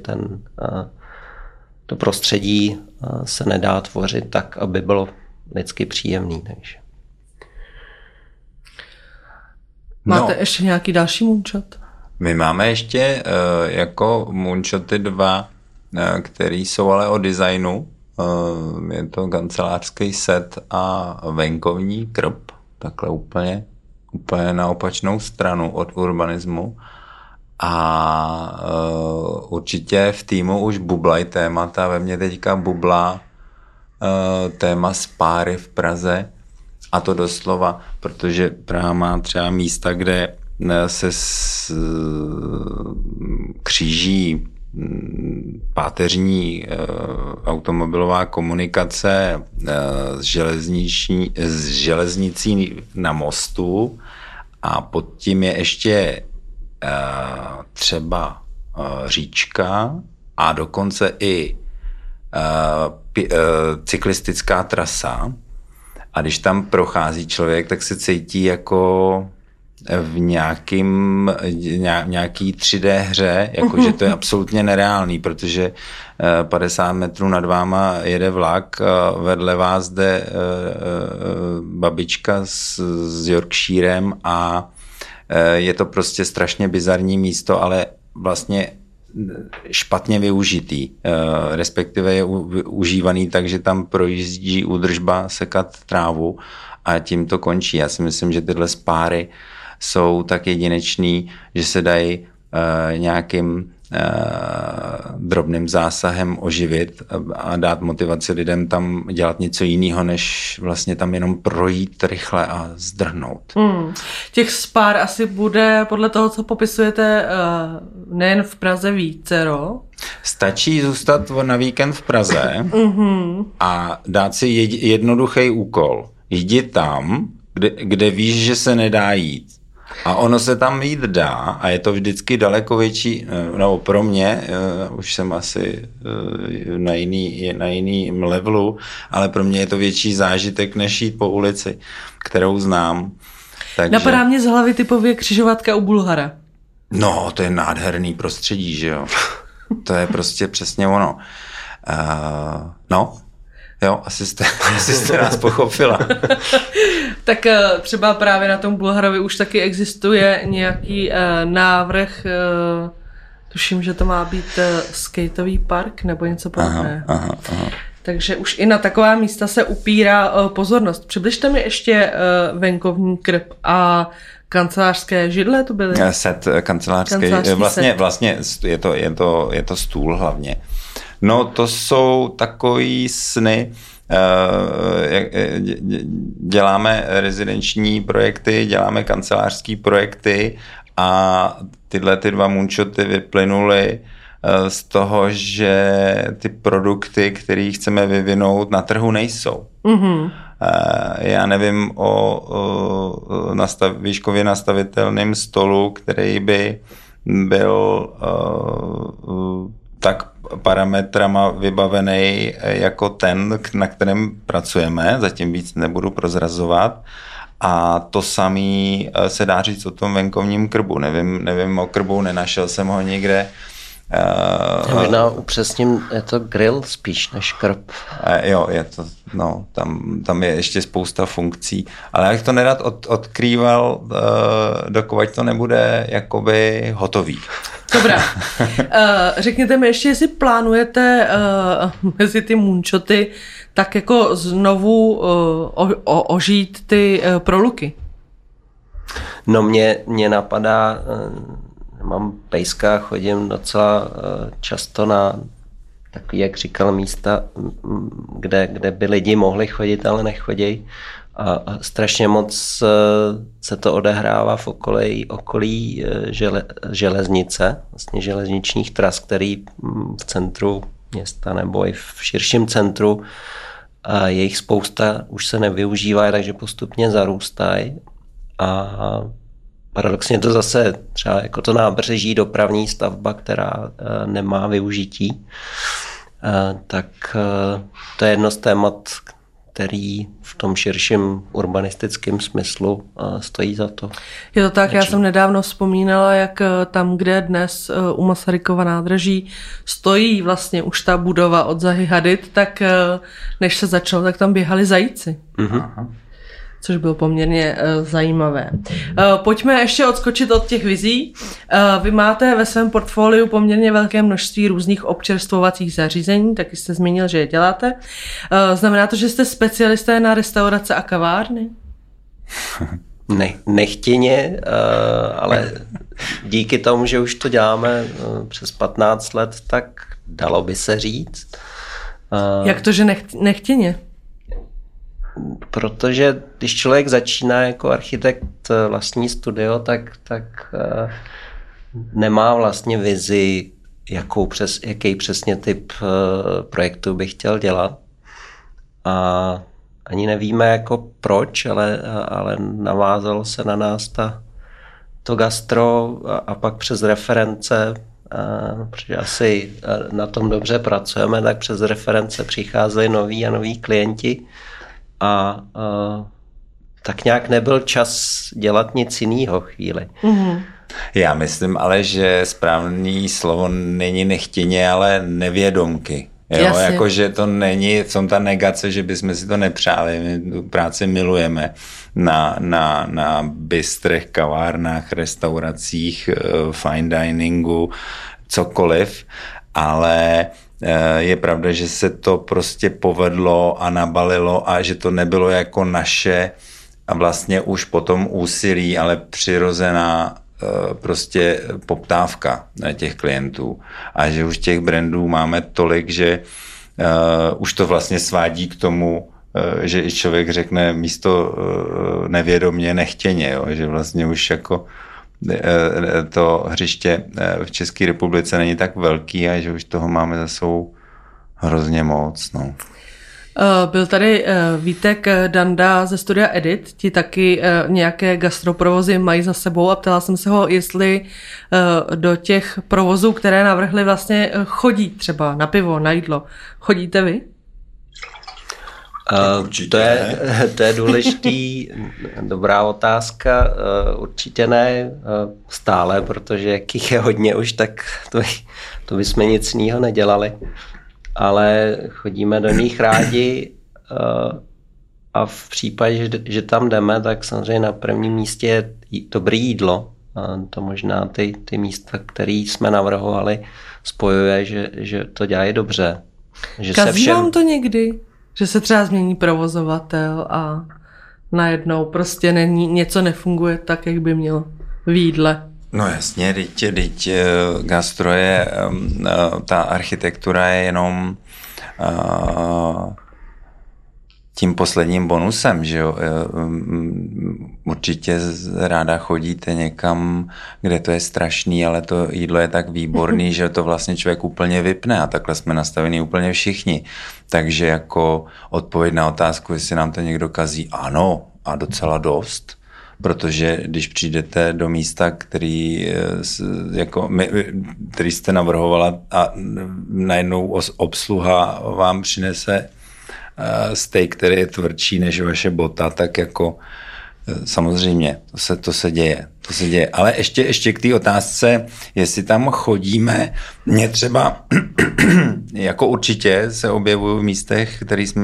to prostředí se nedá tvořit tak, aby bylo lidsky příjemný. Takže. Máte ještě nějaký další moonshot? My máme ještě jako moonshoty 2, který jsou ale o designu. Je to kancelářský set a venkovní krb. Takhle úplně na opačnou stranu od urbanismu. A určitě v týmu už bublají témata. Ve mně teďka bublá téma spáry v Praze. A to doslova, protože Praha má třeba místa, kde se kříží páteřní automobilová komunikace s železnicí na mostu a pod tím je ještě třeba říčka a dokonce i cyklistická trasa. A když tam prochází člověk, tak se cítí jako v nějaký 3D hře, jakože to je absolutně nereálný, protože 50 metrů nad váma jede vlak, vedle vás jde babička s Yorkshirem a je to prostě strašně bizarní místo, ale vlastně špatně využitý, respektive je užívaný tak, že tam projíždí údržba sekat trávu a tím to končí. Já si myslím, že tyhle spáry jsou tak jedinečný, že se dají nějakým drobným zásahem oživit a dát motivaci lidem tam dělat něco jiného, než vlastně tam jenom projít rychle a zdrhnout. Těch spár asi bude podle toho, co popisujete, nejen v Praze vícero. Stačí zůstat na víkend v Praze a dát si jednoduchý úkol. Jdi tam, kde víš, že se nedá jít. A ono se tam jít dá a je to vždycky daleko větší, no pro mě, už jsem asi na jiným levelu, ale pro mě je to větší zážitek, než jít po ulici, kterou znám. Takže... Napadá mě z hlavy typově křižovatka u Bulhara. No, to je nádherný prostředí, že jo. To je prostě přesně ono. No, jo, asi jste nás pochopila. Tak třeba právě na tom Bulharovi už taky existuje nějaký návrh, tuším, že to má být skateový park nebo něco podobného. Aha. Takže už i na taková místa se upírá pozornost. Přibližte mi ještě venkovní krb a kancelářské židle to byly? Set kancelářský vlastně je to stůl hlavně. No to jsou takový sny, děláme rezidenční projekty, děláme kancelářský projekty a tyhle ty dva moonshoty vyplynuly z toho, že ty produkty, které chceme vyvinout, na trhu nejsou. Mm-hmm. Já nevím o výškově nastavitelném stolu, který by byl tak parametrama vybavený jako ten, na kterém pracujeme, zatím víc nebudu prozrazovat. A to samé se dá říct o tom venkovním krbu. Nevím o krbu, nenašel jsem ho nikde. Možná upřesním, je to grill spíš než krb. Jo, je to, no, tam je ještě spousta funkcí, ale já bych to nerad odkrýval, dokud to nebude jakoby hotový. Dobrá. Řekněte mi ještě, jestli plánujete mezi ty moonshoty tak jako znovu ožít ty proluky. No mě napadá, mám pejska, chodím docela často na takový, jak říkal, místa, kde by lidi mohli chodit, ale nechodí. A strašně moc se to odehrává v okolí železnice, vlastně železničních tras, který v centru města nebo i v širším centru jejich spousta už se nevyužívá, takže postupně zarůstají. A paradoxně to zase třeba jako to nábřeží, dopravní stavba, která nemá využití, tak to je jedno z témat, který v tom širším urbanistickém smyslu stojí za to. Je to tak, já jsem nedávno vzpomínala, jak tam, kde dnes u Masarykova nádraží stojí vlastně už ta budova od Zahy Hadid, tak než se začalo, tak tam běhali zajíci. Mm-hmm. Což bylo poměrně zajímavé. Pojďme ještě odskočit od těch vizí. Vy máte ve svém portfoliu poměrně velké množství různých občerstvovacích zařízení, taky jste zmínil, že je děláte. Znamená to, že jste specialisté na restaurace a kavárny? Nechtěně, ale díky tomu, že už to děláme přes 15 let, tak dalo by se říct. Jak to, že nechtěně? Protože když člověk začíná jako architekt vlastní studio, tak nemá vlastně vizi, jaký přesně typ projektu by chtěl dělat. A ani nevíme jako proč, ale navázalo se na nás to gastro a pak přes reference, protože asi na tom dobře pracujeme, tak přes reference přicházeli noví klienti. A tak nějak nebyl čas dělat nic jiného chvíli. Mm-hmm. Já myslím ale, že správný slovo není nechtěně, ale nevědomky. Jo? Jakože to není v tom ta negace, že bychom si to nepřáli. My tu práci milujeme na bistrech, kavárnách, restauracích, fine diningu, cokoliv, ale je pravda, že se to prostě povedlo a nabalilo a že to nebylo jako naše a vlastně už potom úsilí, ale přirozená prostě poptávka těch klientů. A že už těch brandů máme tolik, že už to vlastně svádí k tomu, že i člověk řekne místo nevědomě nechtěně, jo? Že vlastně už jako to hřiště v České republice není tak velký a že už toho máme za sebou hrozně moc. No. Byl tady Vítek Danda ze studia Edit, ti taky nějaké gastroprovozy mají za sebou a ptala jsem se ho, jestli do těch provozů, které navrhli, vlastně chodí třeba na pivo, na jídlo. Chodíte vy? To je důležitý, dobrá otázka, určitě ne stále, protože jak jich je hodně už, tak to bychom nic jiného nedělali, ale chodíme do nich rádi a v případě, že tam jdeme, tak samozřejmě na prvním místě je dobré jídlo. To možná ty místa, které jsme navrhovali, spojuje, že to dělají dobře. Kazí vám to někdy? Že se třeba změní provozovatel a najednou prostě něco nefunguje tak, jak by mělo v jídle. No jasně, teď gastro je, ta architektura je jenom tím posledním bonusem, že jo. Určitě ráda chodíte někam, kde to je strašný, ale to jídlo je tak výborný, že to vlastně člověk úplně vypne a takhle jsme nastavení úplně všichni. Takže jako odpověď na otázku, jestli nám to někdo kazí, ano a docela dost, protože když přijdete do místa, který jste navrhovala a najednou obsluha vám přinese steak, který je tvrdší než vaše bota, tak jako samozřejmě, to se děje. Ale ještě k té otázce, jestli tam chodíme, mě třeba jako určitě se objevují v místech,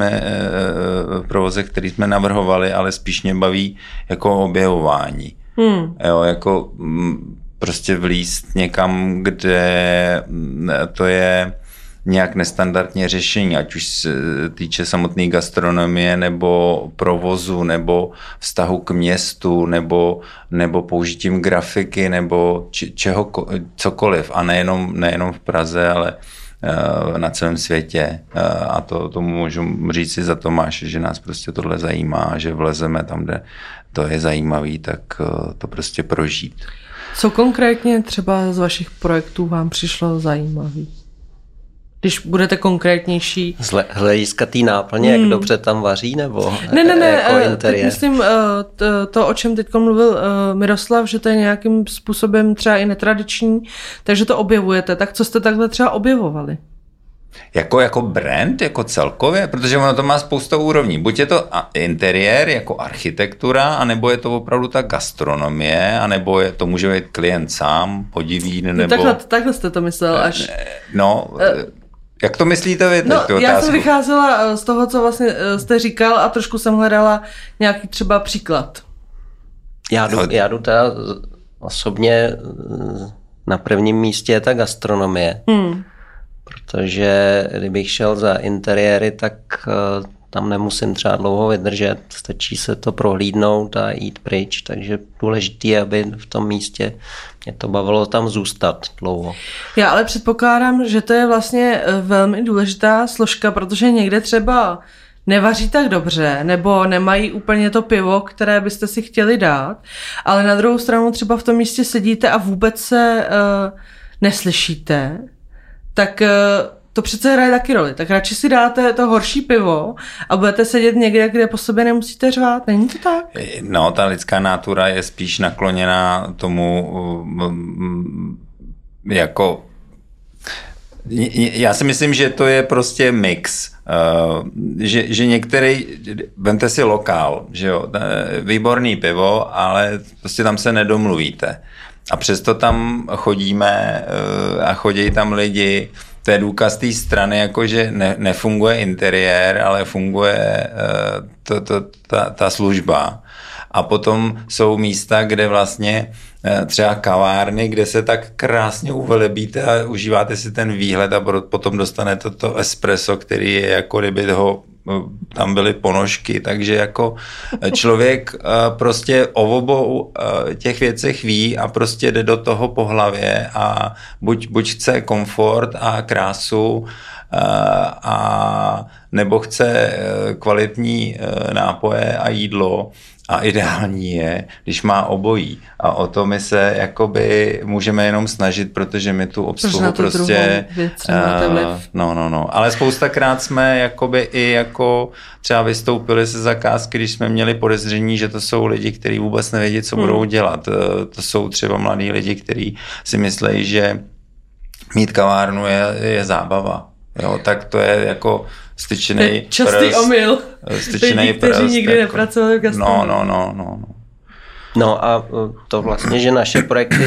v provozech, který jsme navrhovali, ale spíš mě baví jako objevování. Jo, jako prostě vlízt někam, kde to je nějak nestandardně řešení, ať už se týče samotné gastronomie, nebo provozu, nebo vztahu k městu, nebo použitím grafiky, nebo cokoliv. A nejenom v Praze, ale na celém světě. A to můžu říct si za Tomáše, že nás prostě tohle zajímá, že vlezeme tam, kde to je zajímavý, tak to prostě prožít. Co konkrétně třeba z vašich projektů vám přišlo zajímavý? Když budete konkrétnější. Z hlediska té náplně, jak dobře tam vaří, nebo ne, jako interiér? Myslím to, o čem teď mluvil Miroslav, že to je nějakým způsobem třeba i netradiční, takže to objevujete. Tak co jste takhle třeba objevovali? Jako brand, jako celkově? Protože ono to má spousta úrovní. Buď je to interiér, jako architektura, anebo je to opravdu ta gastronomie, anebo to může být klient sám, podivín, nebo... Takhle jste to myslel až... Jak to myslíte vy? Já jsem vycházela z toho, co vlastně jste říkal a trošku jsem hledala nějaký třeba příklad. Já jdu teda osobně na prvním místě je ta gastronomie. Protože kdybych šel za interiéry, tak tam nemusím třeba dlouho vydržet, stačí se to prohlídnout a jít pryč, takže důležité je, aby v tom místě mě to bavilo tam zůstat dlouho. Já ale předpokládám, že to je vlastně velmi důležitá složka, protože někde třeba nevaří tak dobře, nebo nemají úplně to pivo, které byste si chtěli dát, ale na druhou stranu třeba v tom místě sedíte a vůbec se neslyšíte, tak to přece hraje taky roli. Tak radši si dáte to horší pivo a budete sedět někde, kde po sobě nemusíte řvát. Není to tak? No, ta lidská natura je spíš nakloněná tomu jako... Já si myslím, že to je prostě mix. Že některý, vemte si lokál, že jo, výborný pivo, ale prostě tam se nedomluvíte. A přesto tam chodíme a chodí tam lidi. To je důkaz té strany, jakože nefunguje interiér, ale funguje ta služba. A potom jsou místa, kde vlastně třeba kavárny, kde se tak krásně uvelebíte a užíváte si ten výhled a potom dostanete to espresso, který je jako kdyby tam byly ponožky, takže jako člověk prostě o obou těch věcech ví a prostě jde do toho po hlavě a buď chce komfort a krásu a nebo chce kvalitní nápoje a jídlo A ideální je, když má obojí. A o to my se jakoby můžeme jenom snažit, protože my tu obsluhu prostě... Ale spoustakrát jsme jakoby i jako třeba vystoupili se zakázky, když jsme měli podezření, že to jsou lidi, kteří vůbec nevědí, co budou dělat. To jsou třeba mladí lidi, kteří si myslí, že mít kavárnu je zábava. Jo, tak to je jako styčený častý omyl. Styčený prst. Kteří nikdy nepracovali v gastronomii. No. No a to vlastně, že naše projekty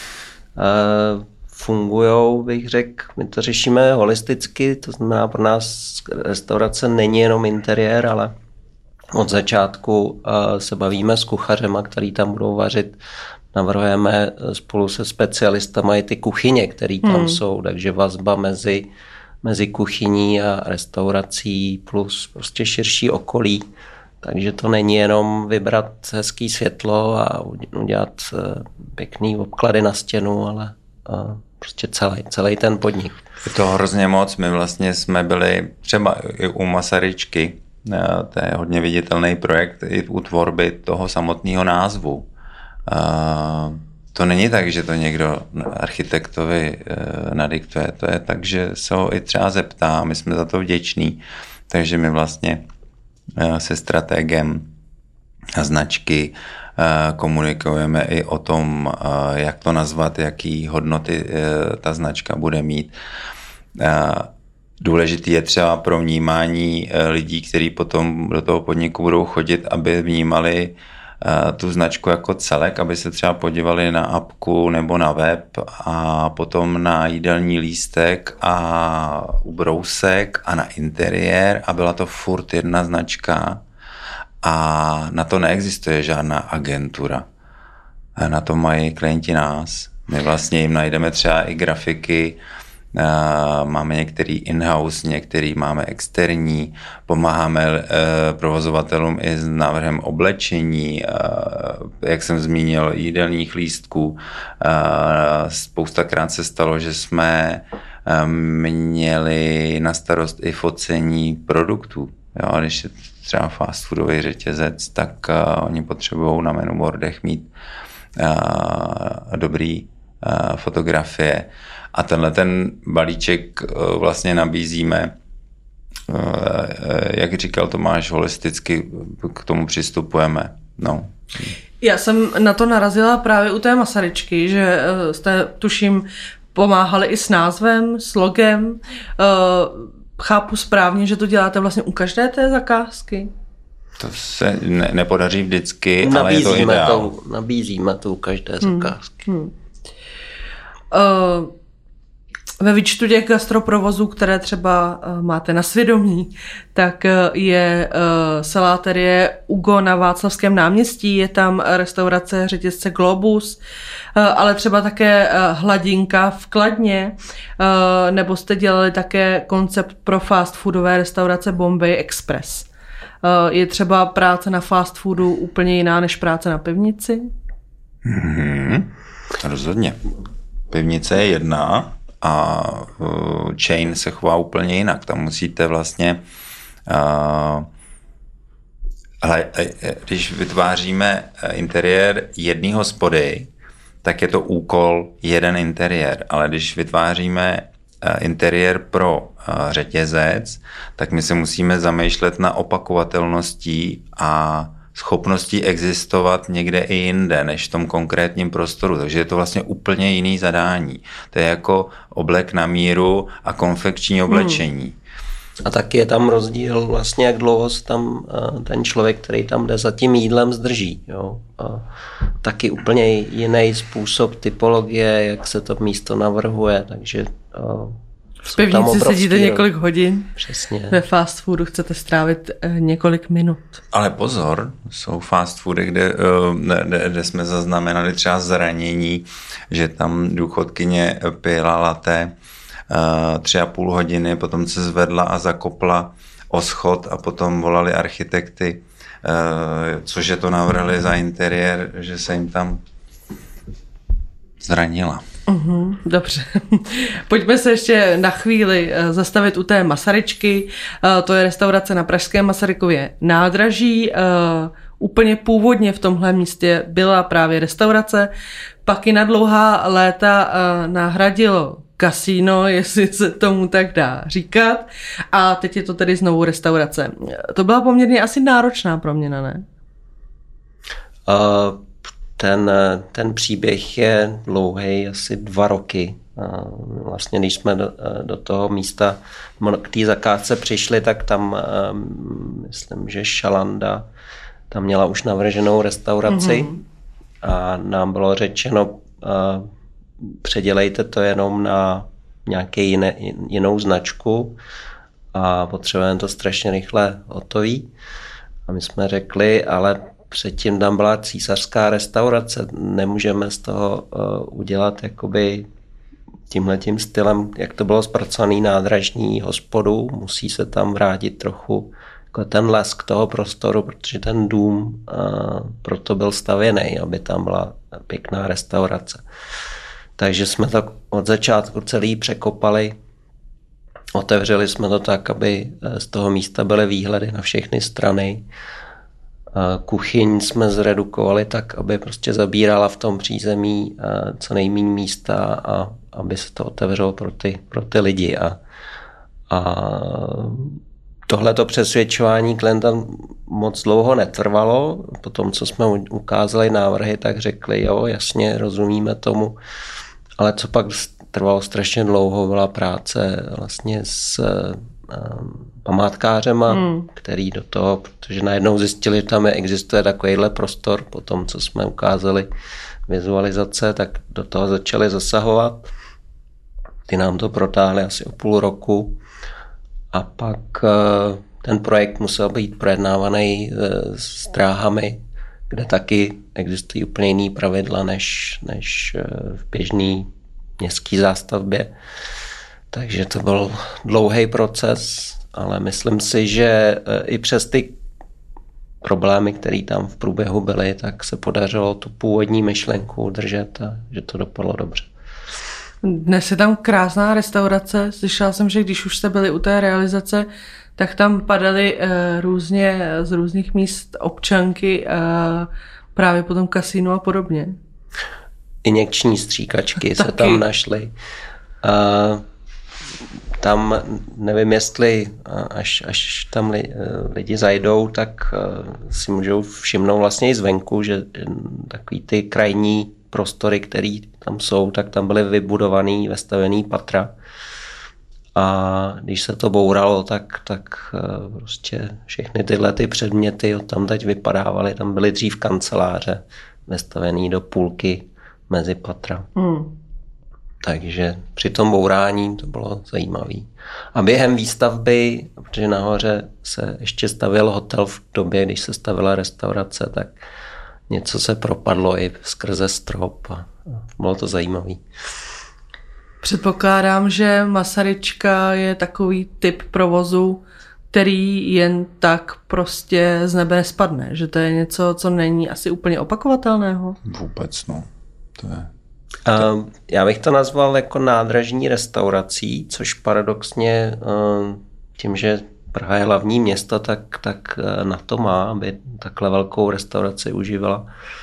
fungujou, bych řekl, my to řešíme holisticky, to znamená pro nás restaurace není jenom interiér, ale od začátku se bavíme s kuchařema, který tam budou vařit. Navrhujeme spolu se specialistama i ty kuchyně, které tam jsou, takže vazba mezi kuchyní a restaurací plus prostě širší okolí. Takže to není jenom vybrat hezký světlo a udělat pěkný obklady na stěnu, ale prostě celý ten podnik. Je to hrozně moc. My vlastně jsme byli třeba i u Masaryčky, to je hodně viditelný projekt i u tvorby toho samotného názvu. To není tak, že to někdo architektovi nadiktuje, to je tak, že se ho i třeba zeptá, my jsme za to vděční, takže my vlastně se strategem a značky komunikujeme i o tom, jak to nazvat, jaký hodnoty ta značka bude mít. Důležitý je třeba pro vnímání lidí, kteří potom do toho podniku budou chodit, aby vnímali tu značku jako celek, aby se třeba podívali na apku nebo na web a potom na jídelní lístek a ubrousek a na interiér a byla to furt jedna značka a na to neexistuje žádná agentura. Na to mají klienti nás. My vlastně jim najdeme třeba i grafiky, máme některý in-house, některý máme externí, pomáháme provozovatelům i s návrhem oblečení, jak jsem zmínil, jídelních lístků. Spoustakrát se stalo, že jsme měli na starost i focení produktů. Jo, když je třeba fast foodový řetězec, tak oni potřebují na menu-boardech mít dobrý fotografie. A tenhle ten balíček vlastně nabízíme, jak říkal Tomáš, holisticky k tomu přistupujeme. No. Já jsem na to narazila právě u té Masaryčky, že jste, tuším, pomáhali i s názvem, s logem. Chápu správně, že to děláte vlastně u každé té zakázky? To se nepodaří vždycky, ale je to ideál. Nabízíme to u každé zakázky. Ve výčtu těch gastroprovozů, které třeba máte na svědomí, tak je saláterie Ugo na Václavském náměstí, je tam restaurace řetězce Globus, ale třeba také Hladinka v Kladně, nebo jste dělali také koncept pro fast foodové restaurace Bombay Express. Je třeba práce na fast foodu úplně jiná než práce na pivnici? Rozhodně. Pivnice je jedna a chain se chová úplně jinak. Tam musíte vlastně když vytváříme interiér jedné hospody, tak je to úkol jeden interiér, ale když vytváříme interiér pro řetězec, tak my se musíme zamýšlet na opakovatelností a schopností existovat někde i jinde, než v tom konkrétním prostoru. Takže je to vlastně úplně jiný zadání. To je jako oblek na míru a konfekční oblečení. A taky je tam rozdíl vlastně, jak dlouho se tam ten člověk, který tam jde za tím jídlem, zdrží. Jo? A taky úplně jiný způsob typologie, jak se to místo navrhuje, takže v pivnici sedíte několik hodin. Přesně. Ve fast foodu chcete strávit několik minut. Ale pozor, jsou fast foody, kde jsme zaznamenali třeba zranění, že tam důchodkyně pila latte 3,5 hodiny, potom se zvedla a zakopla o schod a potom volali architekty, cože to navrhli za interiér, že se jim tam zranila. Dobře. Pojďme se ještě na chvíli zastavit u té Masaryčky. To je restaurace na pražském Masarykově nádraží. úplně původně v tomhle místě byla právě restaurace, pak ji na dlouhá léta nahradilo kasíno, jestli se tomu tak dá říkat, a teď je to tedy znovu restaurace. To byla poměrně asi náročná proměna, ne? Ten příběh je dlouhý, asi 2 roky. Vlastně, když jsme do toho místa, k té zakázce přišli, tak tam, myslím, že Šalanda tam měla už navrženou restauraci a nám bylo řečeno, předělejte to jenom na nějaké jinou značku a potřebujeme to strašně rychle hotový. A my jsme řekli, ale předtím tam byla císařská restaurace, nemůžeme z toho udělat jakoby tímhletím stylem, jak to bylo zpracovaný nádražní hospodu, musí se tam vrátit trochu jako ten lesk toho prostoru, protože ten dům proto byl stavěný, aby tam byla pěkná restaurace. Takže jsme to od začátku celý překopali, otevřeli jsme to tak, aby z toho místa byly výhledy na všechny strany. Kuchyň jsme zredukovali tak, aby prostě zabírala v tom přízemí co nejméně místa a aby se to otevřelo pro ty lidi. A tohleto přesvědčování klienta moc dlouho netrvalo. Potom, co jsme ukázali návrhy, tak řekli, jo, jasně, rozumíme tomu. Ale co pak trvalo strašně dlouho, byla práce vlastně s památkářema, který do toho, protože najednou zjistili, že tam existuje takovýhle prostor, po tom, co jsme ukázali vizualizace, tak do toho začali zasahovat. Ty nám to protáhli asi o půl roku a pak ten projekt musel být projednávaný s dráhami, kde taky existují úplně jiný pravidla než v běžné městské zástavbě. Takže to byl dlouhý proces, ale myslím si, že i přes ty problémy, které tam v průběhu byly, tak se podařilo tu původní myšlenku udržet a že to dopadlo dobře. Dnes je tam krásná restaurace. Slyšela jsem, že když už jste byli u té realizace, tak tam padaly různě z různých míst občanky právě po tom kasínu a podobně. Injekční stříkačky se tam našly. Tam nevím, jestli až tam lidi zajdou, tak si můžou všimnout vlastně i zvenku, že takový ty krajní prostory, které tam jsou, tak tam byly vybudovaný, vestavený patra. A když se to bouralo, tak prostě všechny tyhle ty předměty odtamtud vypadávaly. Tam byly dřív kanceláře vestavený do půlky mezi patra. Takže při tom bourání to bylo zajímavé. A během výstavby, protože nahoře se ještě stavěl hotel v době, když se stavila restaurace, tak něco se propadlo i skrze strop a bylo to zajímavé. Předpokládám, že Masaryčka je takový typ provozu, který jen tak prostě z nebe nespadne. Že to je něco, co není asi úplně opakovatelného. Vůbec, no. To je... Já bych to nazval jako nádražní restaurací, což paradoxně tím, že Praha je hlavní město, tak na to má, aby takhle velkou restauraci užívala.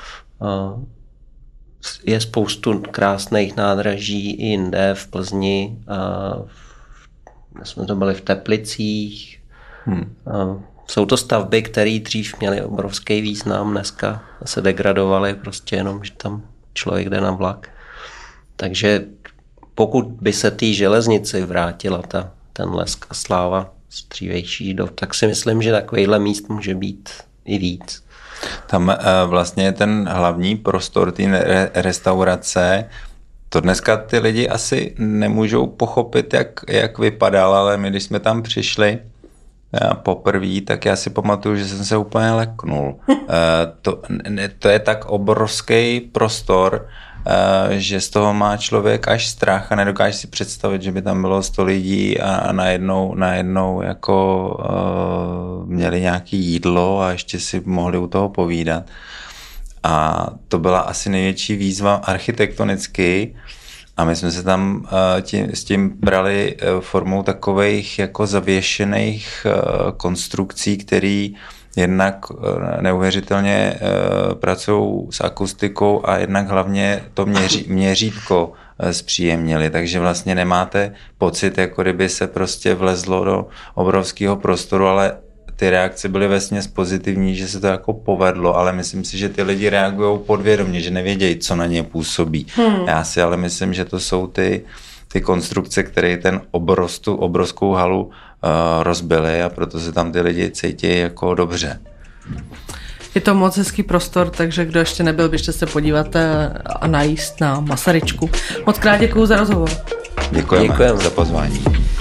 Je spoustu krásných nádraží i jinde, v Plzni, jsme to byli v Teplicích. Jsou to stavby, které dřív měly obrovský význam, dneska se degradovaly prostě jenom, že tam člověk jde na vlak. Takže pokud by se té železnici vrátila ten lesk a sláva z dřívějších dob, tak si myslím, že takovýhle míst může být i víc. Tam vlastně ten hlavní prostor té restaurace, to dneska ty lidi asi nemůžou pochopit, jak vypadal, ale my, když jsme tam přišli poprvé, tak já si pamatuju, že jsem se úplně leknul. To je tak obrovský prostor, že z toho má člověk až strach a nedokáže si představit, že by tam bylo 100 lidí a najednou jako měli nějaké jídlo a ještě si mohli u toho povídat. A to byla asi největší výzva architektonicky a my jsme se tam s tím brali formou takových jako zavěšených konstrukcí, který jednak neuvěřitelně pracují s akustikou a jednak hlavně to měřítko zpříjemnili, takže vlastně nemáte pocit, jako kdyby se prostě vlezlo do obrovského prostoru, ale ty reakce byly vesměs pozitivní, že se to jako povedlo, ale myslím si, že ty lidi reagují podvědomě, že nevědějí, co na ně působí. Já si ale myslím, že to jsou ty konstrukce, které ten obrovskou halu rozbily a proto se tam ty lidi cítí jako dobře. Je to moc hezký prostor, takže kdo ještě nebyl, běžte se podívat a najíst na Masaryčku. Moc krát děkuju za rozhovor. Děkujeme za pozvání.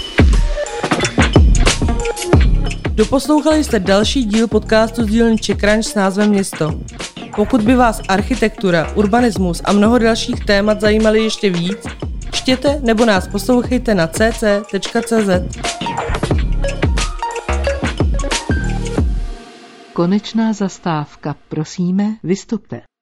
Doposlouchali jste další díl podcastu z dílny Czech Ranch s názvem Město. Pokud by vás architektura, urbanismus a mnoho dalších témat zajímaly ještě víc, čtěte nebo nás poslouchejte na cc.cz. Konečná zastávka. Prosíme, vystupte.